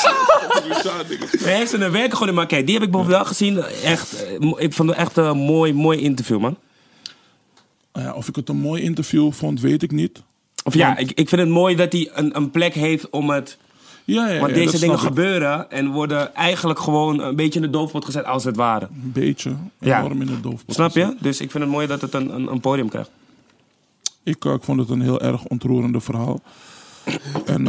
Mijn hersenen werken gewoon in maar kijk, die heb ik bijvoorbeeld wel gezien. Echt, ik vond het echt een mooi interview, man. Ja, of ik het een mooi interview vond, weet ik niet. Of ja, ik vind het mooi dat hij een plek heeft om het... Ja, Want dat deze dingen snap ik. gebeuren en worden eigenlijk gewoon een beetje in de doofpot gezet als het ware. Een beetje. Ja. Enorm in de doofpot. Snap je? Dus ik vind het mooi dat het een podium krijgt. Ik vond het een heel erg ontroerende verhaal. En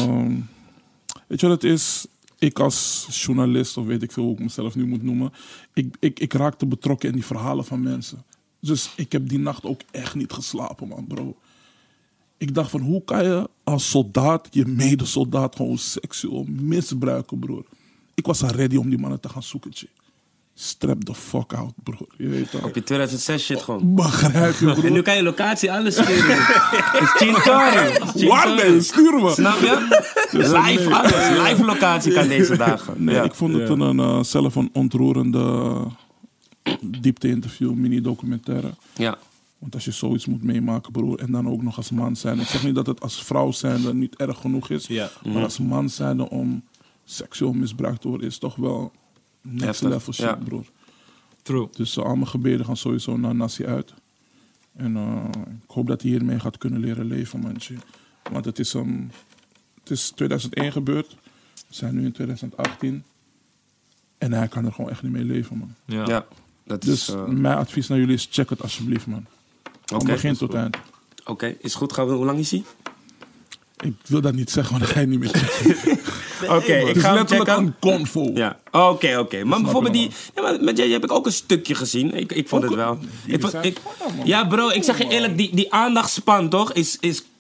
weet je wat het is? Ik als journalist, of weet ik veel hoe ik mezelf nu moet noemen... Ik raakte betrokken in die verhalen van mensen. Dus ik heb die nacht ook echt niet geslapen, man, bro. Ik dacht van, hoe kan je als soldaat je medesoldaat gewoon seksueel misbruiken, broer? Ik was al ready om die mannen te gaan zoeken, chick. Strap the fuck out, broer. Je weet toch? Op je 2006 shit gewoon. Begrijp je, En nu broer? kan je locatie alles sturen. Het is Chintori. Waar ben je? Stuur me. Snap je? Live alles. Live locatie kan deze dagen. Nee, Ja. ik vond het zelf een ontroerende diepte-interview, mini-documentaire. Ja. Want als je zoiets moet meemaken, broer, en dan ook nog als man zijn. Ik zeg niet dat het als vrouw zijnde niet erg genoeg is. Ja. Maar als man zijnde om seksueel misbruikt te worden, is toch wel next Heftig. level shit, Ja. broer. True. Dus al mijn gebeden gaan sowieso naar Nassi uit. En ik hoop dat hij hiermee gaat kunnen leren leven, man. Want het is 2001 gebeurd. We zijn nu in 2018. En hij kan er gewoon echt niet mee leven, man. Ja. Ja. Dat Dus is... mijn advies naar jullie is, check het alsjeblieft, man. Van Oké. begin tot eind. Oké, is goed. Hoe lang is hij? Ik wil dat niet zeggen, want dan ga je niet meer checken. Oké, ik Het is ga hem letterlijk checken. een convo. Ja, oké. Maar bijvoorbeeld je die... Ja, maar met jij heb ik ook een stukje gezien. Ik vond het wel. Jullie zijn Ik, gewoon, man. ja, bro, ik zeg je eerlijk, die aandachtspan toch is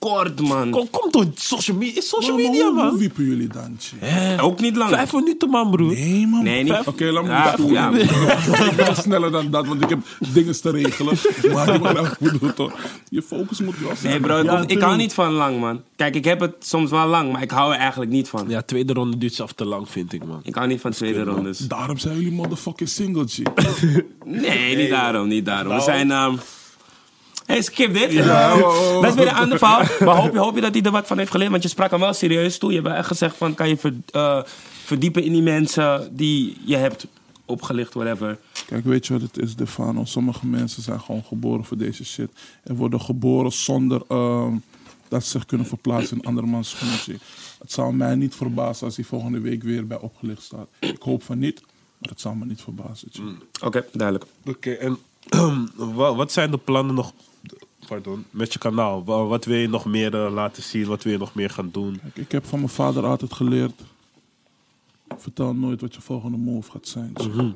kort, man. Kom door social media. Is social media, Hoe man. wiepen jullie dan, chick? Ook niet lang. 5 minuten, man, broer. Nee, man. Nee, niet. Oké, laat me Ja, niet ja. Ik ben sneller dan dat, want ik heb dingen te regelen. Maar ik ben echt goed, toch? Je focus moet wel zijn. Nee, bro, Ja, ik hou niet van lang, man. Kijk, ik heb het soms wel lang, maar ik hou er eigenlijk niet van. Ja, tweede ronde duurt zelf te lang, vind ik, man. Ik hou niet van tweede rondes. Daarom zijn jullie motherfucking single, chick. Nee, niet daarom, niet daarom. We zijn... Hey, skip dit. Ja, Dat is weer een ander verhaal. Maar hoop je dat hij er wat van heeft geleerd? Want je sprak hem wel serieus toe. Je hebt echt gezegd van, kan je verdiepen in die mensen die je hebt opgelicht, whatever. Kijk, weet je wat het is, Stefano? Sommige mensen zijn gewoon geboren voor deze shit. En worden geboren zonder dat ze zich kunnen verplaatsen in andermans schoentje. Het zou mij niet verbazen als hij volgende week weer bij opgelicht staat. Ik hoop van niet, maar het zou me niet verbazen. Oké, duidelijk. Oké, en wat zijn de plannen nog met je kanaal? Wat wil je nog meer laten zien? Wat wil je nog meer gaan doen? Kijk, ik heb van mijn vader altijd geleerd, vertel nooit wat je volgende move gaat zijn.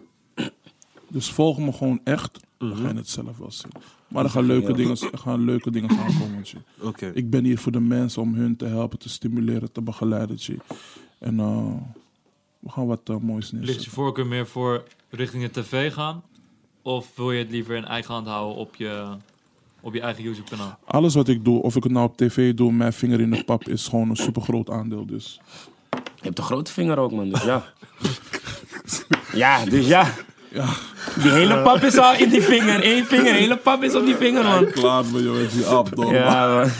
Dus volg me gewoon echt, dan ga je het zelf wel zien. Maar er gaan leuke dingen aankomen. Oké. Ik ben hier voor de mensen om hun te helpen, te stimuleren, te begeleiden. En we gaan wat moois Ligt neerzetten. je voorkeur meer voor richting de tv gaan? Of wil je het liever in eigen hand houden op je eigen YouTube-kanaal? Alles wat ik doe, of ik het nou op tv doe, mijn vinger in de pap, is gewoon een supergroot aandeel. Dus. Je hebt een grote vinger ook, man. Dus ja. Ja, dus ja. Die hele pap is al in die vinger. Eén vinger, hele pap is op die vinger, man. Klaar ben je met die app, toch? Ja, man.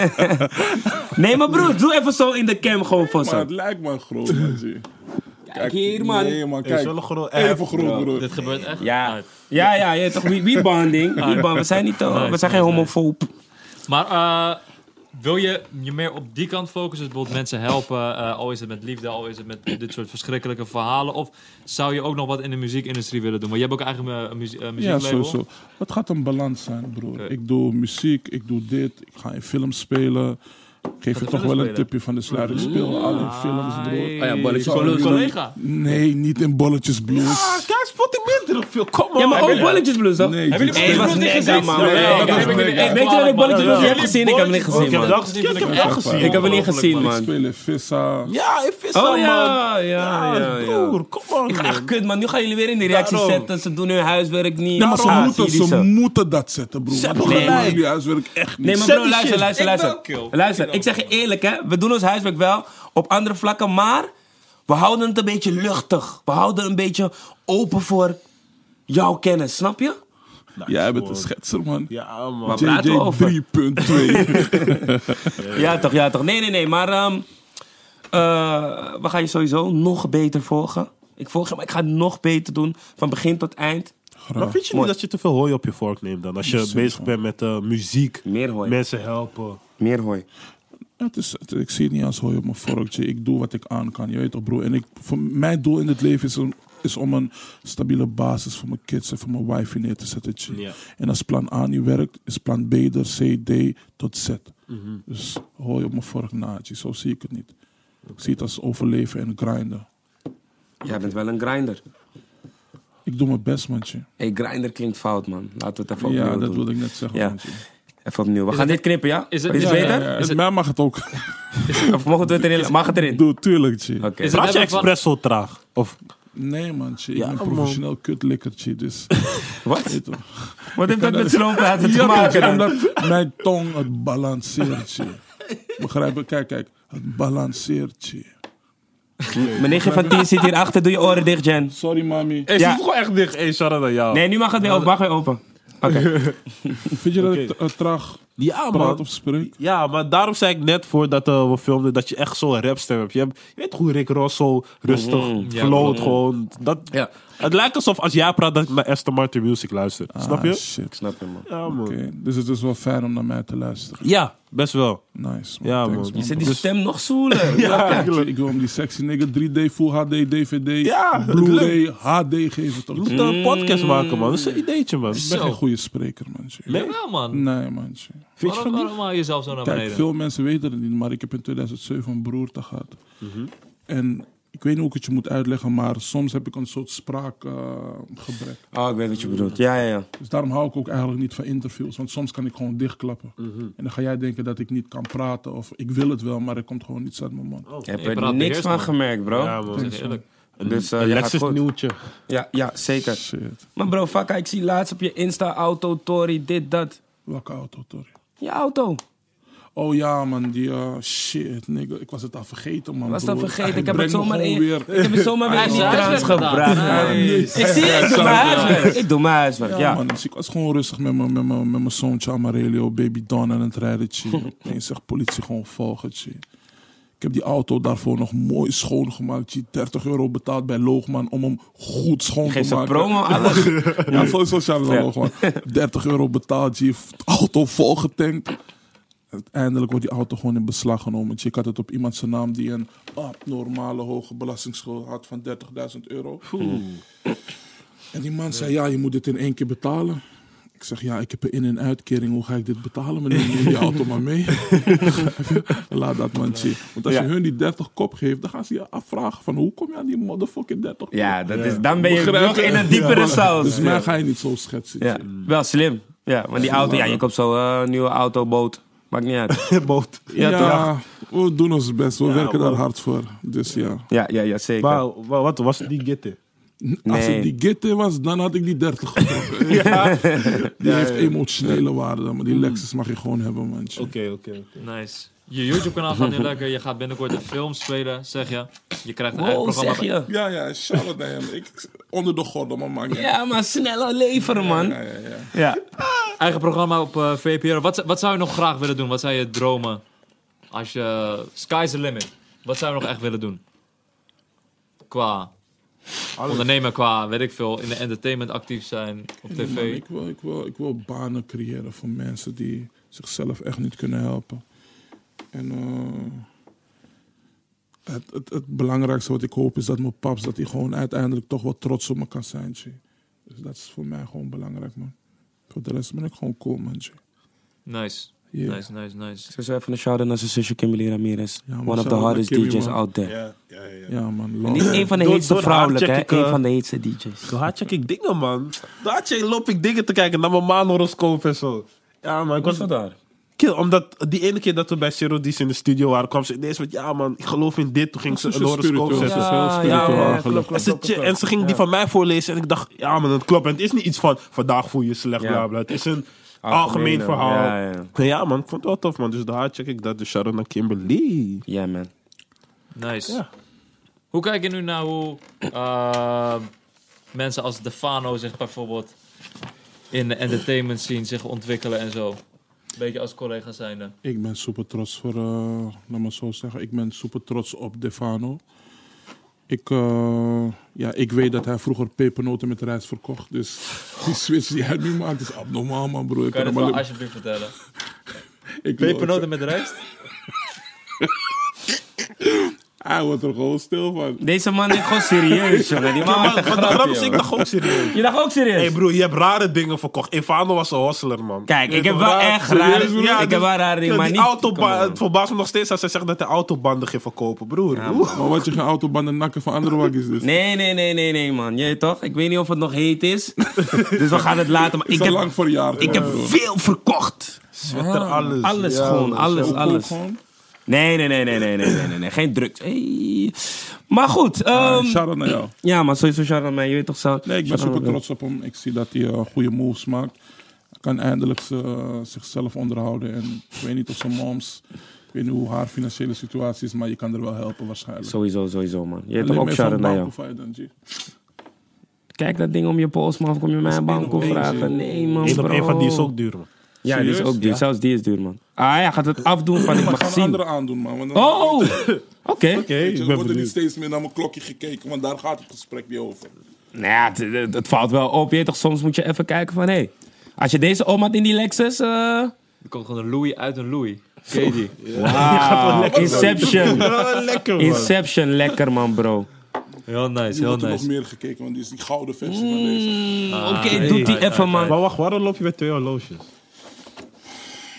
Nee, maar broer, doe even zo in de cam gewoon voor Maar zo. het lijkt me groot, man. Zie. Kijk hier, man. Nee, man, Is kijk. wel een groot Even groot, broer. Dit gebeurt echt? Ja, ja, toch, we bonding. We zijn niet, we zijn geen homofoob. Maar wil je je meer op die kant focussen? Dus bijvoorbeeld mensen helpen, al is het met liefde, al is het met dit soort verschrikkelijke verhalen. Of zou je ook nog wat in de muziekindustrie willen doen? Want je hebt ook eigen muzieklabel. Ja, sowieso. Het gaat een balans zijn, broer. Oké. Ik doe muziek, ik doe dit, ik ga in films spelen. Geef je toch wel een tipje van de sluier. Ik speel al in films, broer. Oh ja, Bolletjes Zou Blues. ik- Collega. Nee, niet in Bolletjes Blues. Kijk, spot ik minder veel. Kom op. Ja, maar ook Bolletjes Blues, toch? Nee, Hebben jullie Nee, het was Bolletjes nega, Blues man. gezien? Nee, dat dat is was nega. nega. Weet je dat ik Bolletjes Blues niet heb gezien? Ik heb hem niet gezien, Ik heb man. het gezien. Ik heb het wel gezien. Ik heb hem niet gezien, Ik man. speel in Vissa. Ja, in Vissa, Oh man. ja. Broer, kom on, Ik ga man. echt kut, man. Nu gaan jullie weer in die reacties Daarom. zetten. Ze doen hun huiswerk niet. Ja, maar Ah, zie je ze zo. moeten dat zetten, broer. Ze Want hebben we doen gelijk. jullie huiswerk echt niet. Nee, maar Zet bro, die luister, shit. luister, Ik wel, luister. kill. Luister, ik zeg je eerlijk, hè. We doen ons huiswerk wel op andere vlakken, maar we houden het een beetje luchtig. We houden een beetje open voor jouw kennis, snap je? Jij bent een schetser, man. Ja, man. Maar praten we over? JJ 3.2. Ja, toch. Nee. Maar we gaan je sowieso nog beter volgen. Ik volg je, maar ik ga het nog beter doen. Van begin tot eind. Maar vind je niet dat je te veel hooi op je vork neemt dan? Als je Zeker. bezig bent met muziek, Meer hooi. mensen helpen. Meer hooi. Ik zie het niet als hooi op mijn vorkje. Ik doe wat ik aan kan. Je weet toch, broer. En voor mijn doel in het leven is om een stabiele basis voor mijn kids en voor mijn wife neer te zetten. G. Ja. En als plan A niet werkt, is plan B er C, D tot Z. Dus hooi op mijn vork na. G. Zo zie ik het niet. Ik zie het als overleven en grinden. Jij bent wel een grinder. Ik doe mijn best, man. G. Hey, grinder klinkt fout, man. Laten we het even opnieuw Ja, doen. dat wilde ik net zeggen. Ja. man, G. Even opnieuw. We gaan dit knippen, ja? Is het- is het ja, beter? ja, ja. Is mij mag het ook. Of mogen we het erin? Mag het erin? Doe, tuurlijk, G. Oké. Is het Praat je hebben van- expres zo traag? Of Nee, man. G. Ik Ja, ben man. professioneel kutlikkertje. Dus, Wat? weet je. Wat heeft dat met stroompraten te Ja, maken dan? omdat mijn tong het balanceert. G. Begrijp je? Kijk. Het balanceert. G. Meneer van 10 zit hier achter. Doe je oren dicht, Jen. Sorry, mami. Hey, Ja. zit gewoon echt dicht. Hey, shout-out aan jou. Nee, nu mag het weer open. Mag weer open. Oké. Vind je dat ik traag Ja, praat man. of spreek? Ja, maar daarom zei ik net voordat we filmden dat je echt zo'n rapstem hebt. Je weet hoe Rick Ross zo rustig Ja, float gewoon. Ja. Het lijkt alsof als jij praat dat ik naar Aston Martin Music luister. Snap je? Shit. Snap je, man. Ja, man. Oké, dus het is wel fijn om naar mij te luisteren. Ja, best wel. Nice, Ja, Thanks, man. Je zet die stem nog zoeler. Ja, Ik wil hem die sexy nigga 3D, Full HD, DVD, Ja, Blu-ray, HD geven. Toch? We moeten een podcast maken, man. Dat is een ideetje, man. Ik ben geen goede spreker, man. Jawel, man. Nee, man. Vind je van niet? Waarom haal je jezelf zo naar Kijk, beneden? veel mensen weten het niet, maar ik heb in 2007 een broerte gehad. En Ik weet niet hoe ik het je moet uitleggen, maar soms heb ik een soort spraakgebrek. Oh, ik weet wat je bedoelt. Ja. Dus daarom hou ik ook eigenlijk niet van interviews. Want soms kan ik gewoon dichtklappen. En dan ga jij denken dat ik niet kan praten. Of ik wil het wel, maar er komt gewoon niets uit mijn mond. Ik heb Je er praat niks beheerst, van man. gemerkt, bro. Ja, man. Zeg eerlijk. Dus Een je gaat Lexus goed. nieuwtje. Ja, zeker. Shit. Maar bro, fuck, ik zie laatst op je Insta auto, Tory, dit, dat. Welke auto, Tori? Je auto. Oh ja, man. Die shit, nigga. Ik was het al vergeten, man. Was dat broer. vergeten? Hij Ik heb het brengt me zomaar gewoon in. weer. Ik heb het zomaar weer in die Hij trance heeft het gedaan. gebracht. man. Nice. Ik zie het, ik doe mijn huiswerk. Ik doe mijn huiswerk, Ja, ja. man. Dus ik was gewoon rustig met mijn zoontje Amarelio, baby Don aan het rijden. Opeens zegt politie gewoon volgen. Ik heb die auto daarvoor nog mooi schoongemaakt. €30 betaald bij Loogman om hem goed schoon Geef te ze maken. promo, alles. Ja, sowieso zijn we Ja. Loogman. €30 betaald, auto volgetankt. Uiteindelijk wordt die auto gewoon in beslag genomen. Ik had het op iemand zijn naam die een abnormale hoge belastingsschuld had van €30.000. En die man zei, ja, je moet dit in 1 keer betalen. Ik zeg, ja, ik heb een in- en uitkering. Hoe ga ik dit betalen? Maar neem die auto maar mee. Laat dat man zien. Want als je Ja. hun die 30 kop geeft, dan gaan ze je afvragen van, hoe kom je aan die motherfucking 30 kop? Ja, dat is, dan ben je Begrijp nog je? in een diepere Ja, saus. Dus mij Ja. ga je niet zo schetsen. Ja, wel slim. Ja, maar die auto, ja, je koopt zo een nieuwe auto, boot. Maakt niet uit. Boot. Ja, toch? we doen ons best. We werken daar man. hard voor. Dus ja. Ja, zeker. Maar wat was die gitte? Als Nee. het die gitte was, dan had ik die 30 getrokken. Die heeft emotionele waarde, maar die Lexus mag je gewoon hebben, man. Oké. Nice. Je YouTube-kanaal gaat nu lekker. Je gaat binnenkort een film spelen, zeg je. Je krijgt een eigen Wow, programma. zeg je. Ja, shout-out naar hem. Onder de gordel, maar maakt niet uit. Ja, maar sneller leveren, man. Ja. Ja. Eigen programma op VPRO. Wat zou je nog graag willen doen? Wat zou je dromen? Als je... Sky's the limit. Wat zou je nog echt willen doen? Qua ondernemen, qua, weet ik veel, in de entertainment actief zijn op Nee, tv. man, ik wil banen creëren voor mensen die zichzelf echt niet kunnen helpen. En het belangrijkste wat ik hoop is dat mijn paps dat hij gewoon uiteindelijk toch wat trots op me kan zijn. G. Dus dat is voor mij gewoon belangrijk, man. Voor de rest ben ik gewoon cool, man. G. Nice. Yeah. Nice. Zo even een shout-out naar zijn zusje Kimberly Ramirez. Ja, man, One of the shout-out hardest naar Kimmy, DJ's man. out there. Ja, man. Niet een van de Door- heetste door haar vrouwelijke, hè? check ik, Een van de heetste DJ's. Daar check ik dingen, man. Daar loop ik dingen te kijken naar mijn maanhoroscoop en zo. Ja, man. Ik was daar? Kill, omdat die ene keer dat we bij Zero D's in de studio waren, kwam ze ineens met, ja man, ik geloof in dit. Toen ging ze een horoscoop zetten. En ze ging die van mij voorlezen en ik dacht, ja man, het klopt. En het is niet iets van, vandaag voel je je slecht, Ja. bla bla. Het is een algemeen verhaal. Ja. Ja man, ik vond het wel tof man. Dus daar check ik dat. Dus shout-out naar Kimberly. Ja, man. Nice. Ja. Hoe kijk je nu naar hoe mensen als Defano zich bijvoorbeeld in de entertainment scene zich ontwikkelen en zo? Beetje als collega zijnde. Ik ben super trots voor, laat maar zo zeggen, ik ben super trots op Defano. Ik weet dat hij vroeger pepernoten met rijst verkocht. Dus die switch die hij nu maakt is abnormaal, man, broer. Kan je dat wel alsjeblieft vertellen? Pepernoten met rijst? Hij wordt er gewoon stil van. Deze man is gewoon serieus, jongen. Die man maakt een Maar de grap is, grapje, ik jongen. dacht ook serieus. Je dacht ook serieus? Hé broer, je hebt rare dingen verkocht. Evano was een hostler, man. Kijk, ik Je heb hebt wel raar- echt serieus, rare... broer? ik heb wel rare dingen, maar die niet... Come on. Het verbaast me nog steeds als hij zegt dat hij autobanden ging verkopen, broer. Ja, Oeh. Maar wat je geen autobanden nakken van andere waggies dus. Nee, man. Jij toch? Ik weet niet of het nog heet is. Dus we gaan het laten. Maar Ik ik heb heb, lang voor jaar. ik heb veel verkocht. Sweater, alles. Alles Ja, gewoon, man. alles, Ook alles. gewoon. Nee. Geen drugs. Hey. Maar goed. Shout-out naar jou. Ja, maar sowieso shout-out mij. Je weet toch zo. Nee, ik ben super trots op hem. Ik zie dat hij goede moves maakt. Hij kan eindelijk zichzelf onderhouden. En ik weet niet of zijn moms... Ik weet niet hoe haar financiële situatie is, maar je kan er wel helpen waarschijnlijk. Sowieso, man. Je weet Alleen toch ook meer shout-out van naar jou. Banco Fight dan, G. Kijk dat ding om je pols, man. Of kom je mij een banko één, vragen? zie. Nee, man, Eén op bro. één van die is ook duur, man. Ja, die is Serieus? ook duur. Ja. Zelfs die is duur, man. Ah ja, gaat het afdoen van ik Maar mag gaan zien. anderen aandoen, man. Want dan Oh! Oké. Oké, weet ik je, ben er wordt er niet benieuwd. steeds meer naar mijn klokje gekeken, want daar gaat het gesprek niet over. Nou ja, het valt wel op. Je weet toch, soms moet je even kijken van... Hé, als je deze om had in die Lexus... Er komt gewoon een Louis uit een Louis. Ken je die? Wauw, Inception. Lekker, man. Inception, lekker man, bro. Heel nice, Nu heel wordt er nog nice. meer gekeken, want die is die gouden versie van deze. Oké, doet die even, man. Maar wacht, waarom loop je met 2 horloges?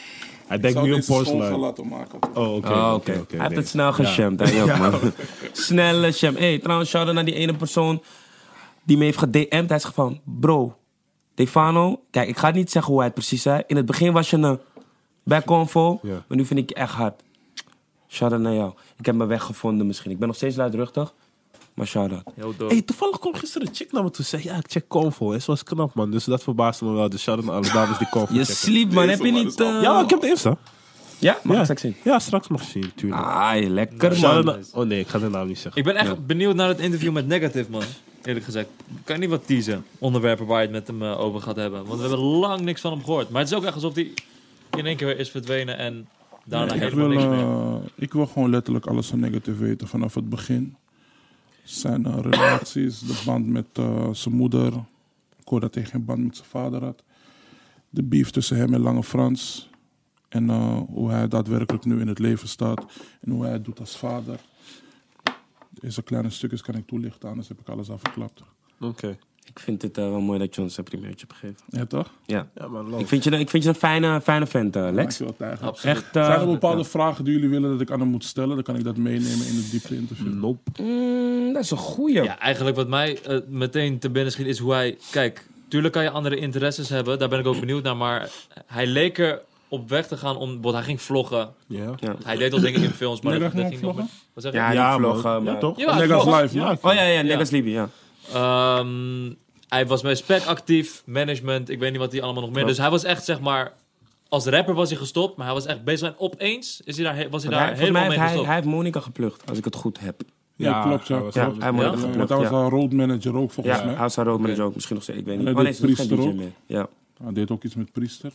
Hij denkt nu een schoon punchline. laten maken. Oh, oké. Hij heeft het snel geshamd. Hij ook, man. Snelle sham. Hey, trouwens, shout-out naar die ene persoon die me heeft gedM'd. Hij zegt van, bro, Defano, kijk, ik ga niet zeggen hoe hij het precies zei. In het begin was je een backconvo, Ja. maar nu vind ik je echt hard. Shout-out naar jou. Ik heb mijn weg gevonden misschien. Ik ben nog steeds luidruchtig, maar shout-out. Heel dope. Hey, toevallig kwam gisteren een chick naar me toe. Zei, ja, ik check Convo. En ze was knap, man. Dus dat verbaasde me wel. Dus shout-out naar alle dames die Convo Je checken. sleep, man. Heb je man, niet... dat is Ja, maar ik heb de Insta. Ja? Mag Ja. ik straks zien? Ja, straks mag je zien, tuurlijk. Ai, lekker, Shout-out man. naar- Oh nee, ik ga de naam niet zeggen. Ik ben echt benieuwd naar het interview met Negative, man. Eerlijk gezegd. Kan je niet wat teasen? Onderwerpen waar je het met hem over gaat hebben. Want we hebben lang niks van hem gehoord. Maar het is ook echt alsof hij in één keer weer is verdwenen en daarna Nee, helemaal niks meer. ik wil gewoon letterlijk alles van Negative weten vanaf het begin. Zijn relaties, de band met zijn moeder. Ik hoor dat hij geen band met zijn vader had. De beef tussen hem en Lange Frans. En hoe hij daadwerkelijk nu in het leven staat. En hoe hij het doet als vader. Deze kleine stukjes kan ik toelichten, anders heb ik alles al verklapt. Oké. Ik vind het wel mooi dat je ons een primeurtje hebt gegeven. Ja, toch? Ja. Ja, man, Ik vind je een fijne vent, Lex. Dankjewel, Tijger. Absoluut. Echt, Zijn er bepaalde vragen die jullie willen dat ik aan hem moet stellen? Dan kan ik dat meenemen in het diepte interview. Nope. dat is een goeie. Ja, eigenlijk wat mij meteen te binnen schiet is hoe hij... Kijk, tuurlijk kan je andere interesses hebben. Daar ben ik ook benieuwd naar. Maar hij leek er op weg te gaan om... Want hij ging vloggen. Ja. Ja. Hij deed al dingen in films, maar Nee, dat dat ging ging nog met... vloggen? Wat zeg je? Ja, Ja, die man. vlog, Ja, maar- toch? Ja, Lega's vlog. Live, ja. Oh ja, Negas Libby, ja. Hij was bij Spec actief, management, ik weet niet wat hij allemaal nog meer. Dus hij was echt, zeg maar, als rapper was hij gestopt, maar hij was echt bezig. En opeens was hij daar Volgens helemaal mij mee heeft gestopt. hij heeft Monica geplukt, als ik het goed heb. Ja, klopt, ja. hij was Ja, wel- hij heeft Monica Ja? geplukt, Want hij was ja. een road manager ook, volgens Ja, mij. hij was haar roadmanager ook, misschien nog steeds, ik weet niet. En Oh hij nee, deed ze is geen Priester DJ ook. meer. Ja. Hij deed ook iets met Priester.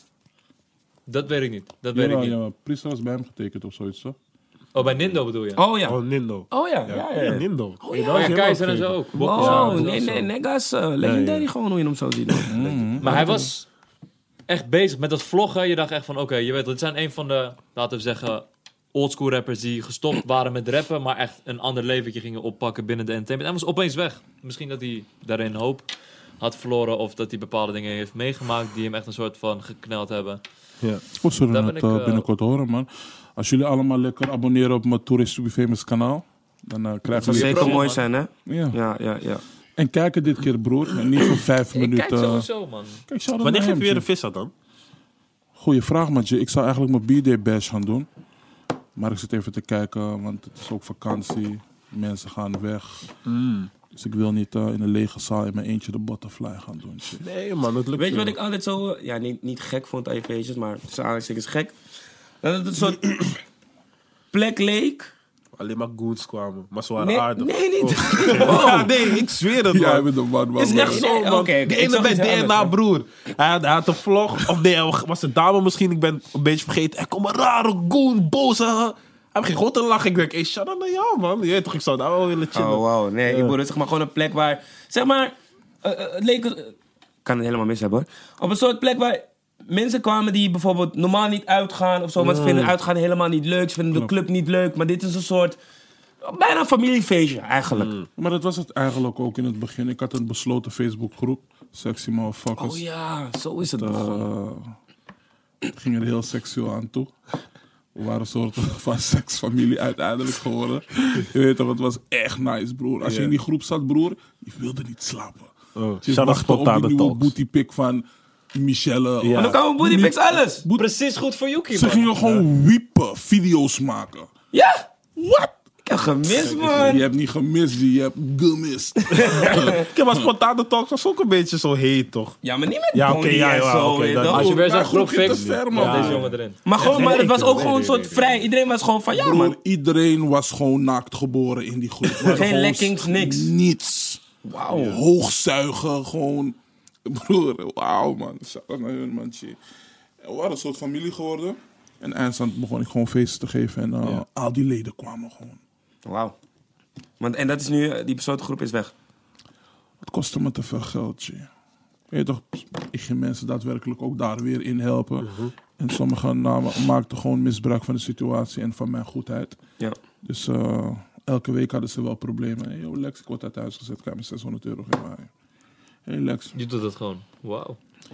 Dat weet ik niet. Dat weet ik niet. Ja, Priester was bij hem getekend of zoiets, toch? Oh, bij Nindo bedoel je? Oh ja. Oh, Nindo. Oh ja, ja, ja. Ja, Nindo. Oh ja, Keizer en zo ook. Wow, Ja, nee, Negas, legendary gewoon hoe je hem zo ziet. Maar hij was echt bezig met dat vloggen. Je dacht echt van, oké, je weet, dit zijn een van de, laten we zeggen, oldschool rappers die gestopt waren met rappen, maar echt een ander leventje gingen oppakken binnen de entertainment. Hij was opeens weg. Misschien dat hij daarin hoop had verloren of dat hij bepaalde dingen heeft meegemaakt die hem echt een soort van gekneld hebben. Ja. We zullen Daar het ben ik, binnenkort horen, man. Als jullie allemaal lekker abonneren op mijn Tourist to be Famous kanaal, dan Dat krijgen zou jullie... zeker mooi zijn, hè? Ja. Ja. En kijken dit keer, broer. En niet voor 5 Ik minuten. kijk sowieso, man. Kijk, shout-out Wanneer naar geef je hem, weer G. een vissa dan? Goeie vraag, man. G. Ik zou eigenlijk mijn B-Day bash gaan doen. Maar ik zit even te kijken, want het is ook vakantie. Mensen gaan weg. Dus ik wil niet in een lege zaal in mijn eentje de butterfly gaan doen. G. Nee, man, dat lukt Weet je wat wel. ik altijd zo... ja, niet gek vond aan je feestjes, maar tussen aanhalingstekens gek. Dat het een soort plek leek. Alleen maar goons kwamen, maar ze waren Nee, aardig. nee, niet. Ja, nee, ik zweer het, Jij man. bent de man, man. Is man. echt zo, nee, man. oké, De ik ene zag bij iets anders, DNA, hè. broer. Hij had een vlog, of nee, was een dame misschien, ik ben een beetje vergeten. Er komt een rare goon, boos. Hij begint gewoon te lachen. Ik denk, hey, shout out naar jou, man. Je weet toch, ik zou daar wel willen chillen. Oh, wow. Nee, ik bedoel, het is zeg maar gewoon een plek waar... Zeg maar, het leek... Ik kan het helemaal mis hebben, hoor. Op een soort plek waar mensen kwamen die bijvoorbeeld normaal niet uitgaan of zo. Maar ze vinden uitgaan helemaal niet leuk. Ze vinden de club niet leuk. Maar dit is een soort... bijna een familiefeestje, eigenlijk. Maar dat was het eigenlijk ook in het begin. Ik had een besloten Facebookgroep. Sexy Motherfuckers. Oh ja, zo is het begonnen. Het ging er heel seksueel aan toe. We waren een soort van seksfamilie uiteindelijk geworden. Je weet toch, het was echt nice, broer. Als je in die groep zat, broer, je wilde niet slapen. Oh, Je shout out wachtte op die spontane nieuwe talks. bootypick van Michelle. Ja. Maar dan kwamen Booty Pics alles. Precies goed voor Yuki, Ze man. gingen gewoon wiepen, video's maken. Ja, What? ik heb gemist, man. Je hebt niet gemist, je hebt gemist. Kijk, maar spontane talks was ook een beetje zo heet, toch? Ja, maar niet met Ja, oké, Bonnie ja, en ja, zo. oké, weet je dat- wel. Als je weer zo'n Maar groep goed, te fixt, ver, dan man. deze jongen erin. Maar gewoon, maar het was ook nee, gewoon een nee, soort vrij. Iedereen was gewoon van, ja, Broer, man. iedereen was gewoon naakt geboren in die groep. We hadden Geen gewoon leggings, niks. Niets. Wauw. Hoogzuigen, gewoon. Broer, wauw, man. Shout-out naar hun, man. Shit. En we waren een soort familie geworden. En eindstand begon ik gewoon feesten te geven. En al die leden kwamen gewoon. Wauw. Want, en dat is nu, die besloten groep is weg. Het kostte me te veel geld, je. Weet je toch, ik ging mensen daadwerkelijk ook daar weer in helpen. En sommigen maakten gewoon misbruik van de situatie en van mijn goedheid. Ja. Dus elke week hadden ze wel problemen. Hey, yo, Lex, ik word uit huis gezet, kan je me €600 geven. Hey Lex. Je doet dat gewoon. Wauw.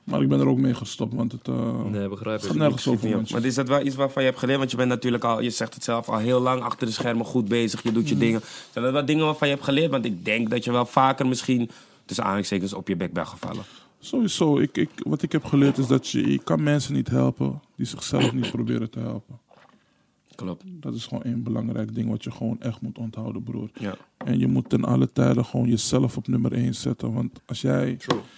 Maar ik ben er ook mee gestopt, want het Nee, begrijp gaat ik. nergens over, man. Maar is dat wel iets waarvan je hebt geleerd? Want je bent natuurlijk al, je zegt het zelf, al heel lang achter de schermen goed bezig. Je doet je dingen. Zijn dat wel dingen waarvan je hebt geleerd? Want ik denk dat je wel vaker misschien, tussen aanhalingstekens, op je bek bent gevallen. Sowieso, wat ik heb geleerd is dat je kan mensen niet helpen die zichzelf niet proberen te helpen. Klopt. Dat is gewoon één belangrijk ding wat je gewoon echt moet onthouden, broer. Ja. En je moet ten alle tijden gewoon jezelf op nummer 1 zetten. Want als jij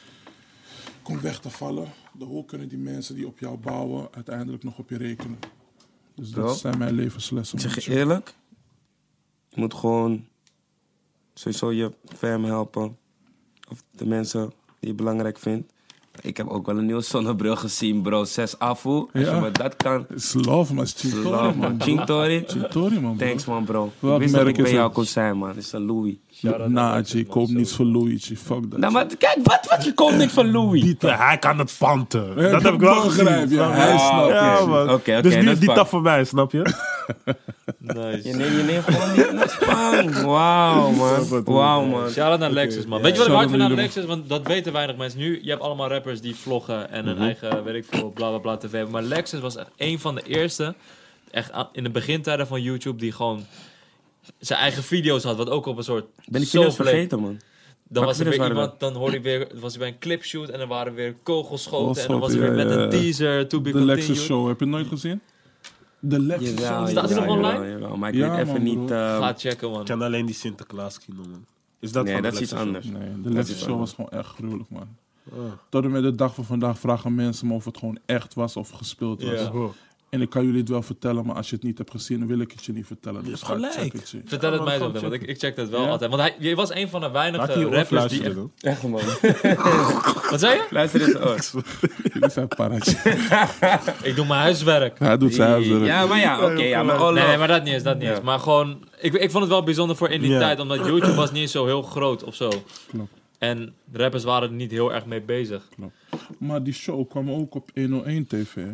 komt weg te vallen, hoe kunnen die mensen die op jou bouwen uiteindelijk nog op je rekenen? Dus dat Bro, zijn mijn levenslessen. Ik zeg man. je eerlijk, je moet gewoon sowieso je fam helpen. Of de mensen die je belangrijk vindt. Ik heb ook wel een nieuwe zonnebril gezien, bro. 6 Afu. Als Ja. je me dat kan. It's love, man. It's Chintori, Love, man. Chintori. Chintori, man, bro. Thanks, man, bro. Welk Ik wist dat merk ik bij is jou het? kon zijn, man. Het is een Louis. Nah, G, ik koop niets voor Luigi. Fuck dat. Nou, maar kijk, wat je koopt niks van Louis. Hij kan het fanten. Dat heb ik wel begrijp, gezien. ja. Hij snapt Ja, het. man. Oké, Dus nu dat is die is taf voor mij, snap je? Nice. Je neemt gewoon niet naar Spang. Wauw, man. Wauw, man. Shout-out naar Lexus, man. Weet je wat ik Shout-out hard vind aan naar Lexus? Want dat weten weinig mensen. Nu, je hebt allemaal rappers die vloggen en een eigen, weet ik veel, bla bla bla tv. Maar Lexus was echt een van de eerste, echt in de begintijden van YouTube, die gewoon zijn eigen video's had. Wat ook op een soort... Ben die zo video's vlees- vergeten, man. Dan was er weer video's waren iemand, dan hoorde ik weer, was hij bij een clipshoot en dan waren weer kogelschoten. En dan was Kogelschoten, hij weer ja, met een ja. teaser, to be De continued. Lexus Show, heb je het nooit gezien? De Lexus Jawel, Show. Staat hij nog jawel, online? jawel, maar ik Ja, weet even man, niet... bro. Ga checken, man. Ik ken alleen die Sinterklaas kino, man. Is dat Nee, van dat de is iets Lexus anders. Nee, de is Lexus Show anders. was gewoon echt gruwelijk, man. Tot en met de dag van vandaag vragen mensen me of het gewoon echt was of gespeeld was. Ja. Show? En ik kan jullie het wel vertellen, maar als je het niet hebt gezien, dan wil ik het je niet vertellen. Dus hebt ga gelijk. check het, G. Vertel het Ja, mij man, zo, gewoon want ik check dat wel Ja? altijd. Want je was een van de Laat weinige die rappers die luisteren echt... dan. Echt, man. Wat zei je? Luister eens oor. Jullie zijn paratje. Ik doe mijn huiswerk. Hij doet zijn huiswerk. Ja, maar ja, oké. Ja, maar all Nee, love. maar dat niet eens, dat niet Ja. eens. Maar gewoon, ik vond het wel bijzonder voor in die Ja. tijd, omdat YouTube was niet zo heel groot of zo. Klopt. En rappers waren er niet heel erg mee bezig. Maar die show kwam ook op 101 TV, hè?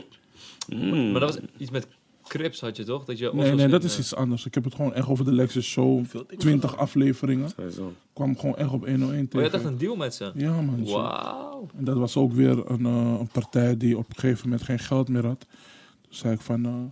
Maar dat was iets met Crips had je toch? Dat je Nee, dat is iets anders. Ik heb het gewoon echt over de Lexus Show. 20 afleveringen. Sowieso. Kwam gewoon echt op 101 TV. Oh, je had echt een deal met ze? Ja, man. G. Wauw. En dat was ook weer een partij die op een gegeven moment geen geld meer had. Toen zei ik van,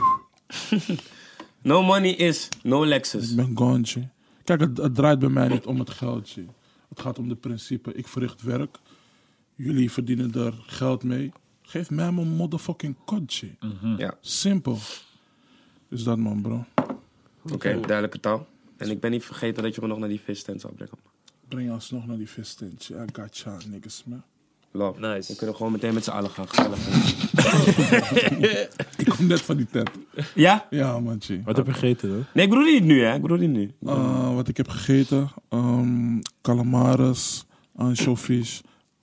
No money is no Lexus. ik ben gone, G. Kijk, het draait bij mij niet om het geld, G. Het gaat om de principe. Ik verricht werk. Jullie verdienen er geld mee. Geef mij mijn motherfucking cut, G. Ja, Simpel. Dus dat, man, bro. oké, duidelijke taal. En ik ben niet vergeten dat je me nog naar die visstand zou brengen. Breng je alsnog naar die vistent, G. I got ya, niggas, man. Love. Nice. We kunnen gewoon meteen met z'n allen gaan. Gezellig. Ik kom net van die tent. Ja? Ja, man, G. Wat heb je gegeten, hè? Nee, ik bedoel niet nu, hè. Ik bedoel niet nu. Wat ik heb gegeten. Calamares, anchovies,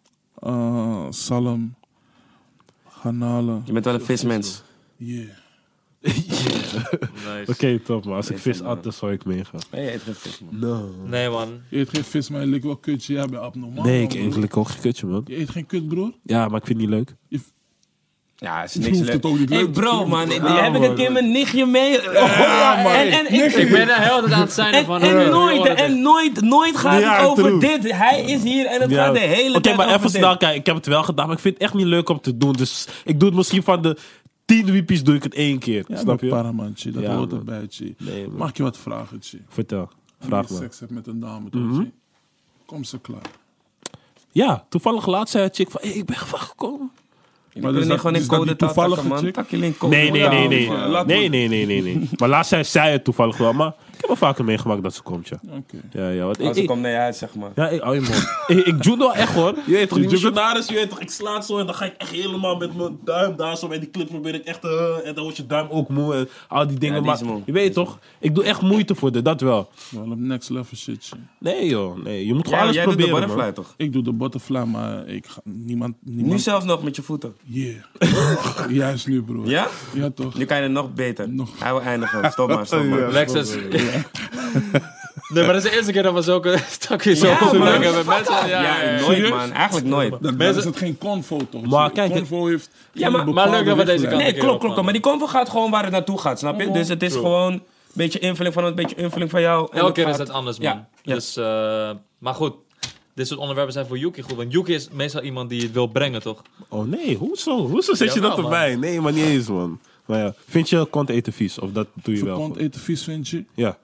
salm, garnalen. Je bent wel een vismens. Yeah. Nice. Oké, top, maar als ik Nee, vis van, at, dan zou ik meegaan. Nee, je eet geen vis, man. No. Nee, man. Je eet geen vis, maar je lijkt wel kutje. Jij bent abnormaal. Nee, man, ik broer. eet ook geen kutje, man. Je eet geen kut, broer? Ja, maar ik vind het niet leuk. Ja, is Je niks hoeft leuk. het ook niet Hey leuk te bro, vinden. man. Ja, Heb ik man. een keer mijn nichtje mee. En Ik ben er heel de tijd aan het zijn van... nooit gaat Ja, het over true. dit. Hij is hier en het Ja. gaat de hele Oké, tijd maar over even dit. snel kijken. Ik heb het wel gedaan, maar ik vind het echt niet leuk om te doen. Dus ik doe het misschien van de 10 wiepies doe ik het 1 keer. Ja, Snap je? paramantje. Dat Ja, hoort man. erbij, G. Nee, man. Mag ik je wat vragen, G? Vertel. Vraag Vraag Als je me. seks hebt met een dame, toch, G? Kom ze klaar. Ja, toevallig laatst zei een chick van, hey, ik ben van gekomen. Je Maar kunt dus niet dat- gewoon in dus dat code die taal toevallige takken, man. chick? Tak je in code. Nee. Laat Nee. Maar laatst zei het toevallig wel, maar ik heb wel vaker meegemaakt dat ze komt, ja. Oké. Ja, want Als ik kom naar je huis, zeg maar. Ja, hou je mond. Ik judo echt hoor. Je weet toch, die missionaris, je weet toch, ik sla het zo en dan ga ik echt helemaal met mijn duim daar zo bij die clip probeer ik echt en dan wordt je duim ook moe en al die dingen. Ja, die is maar moe. je weet toch, ik doe echt moeite voor dit, dat wel. Wel op next level shit, G. Nee joh, nee, je moet gewoon alles Jij doet de proberen, butterfly, man. toch? Ik doe de butterfly, maar ik ga niemand... Nu zelfs nog met je voeten. Yeah. Juist nu, broer. Ja? Ja, toch? Nu kan je het nog beter. Nog. Hij wil eindigen. Stop maar. Lexus. Nee, maar dat is de eerste keer dat we zulke stakjes zo Ja, goed man. brengen met mensen. Ja, nooit, man. Eigenlijk nooit. Dan Mensen- is het geen convo, toch? Maar kijk, convo heeft... Ja, maar leuk dat we deze kant- Nee, keer klopt. opgaan. Maar die convo gaat gewoon waar het naartoe gaat, snap je? Dus het is gewoon een beetje invulling van een beetje invulling van jou. En Elke keer gaat- is het anders, man. Ja, ja. Dus, maar goed. dit soort onderwerpen zijn voor Yuki goed. Want Yuki is meestal iemand die het wil brengen, toch? Oh nee, hoezo zet je Jawel, dat erbij? Nee, maar niet eens, man. Maar ja, vind je kont eten vies? Of dat doe je wel? Kont eten vies, vind je? Ja.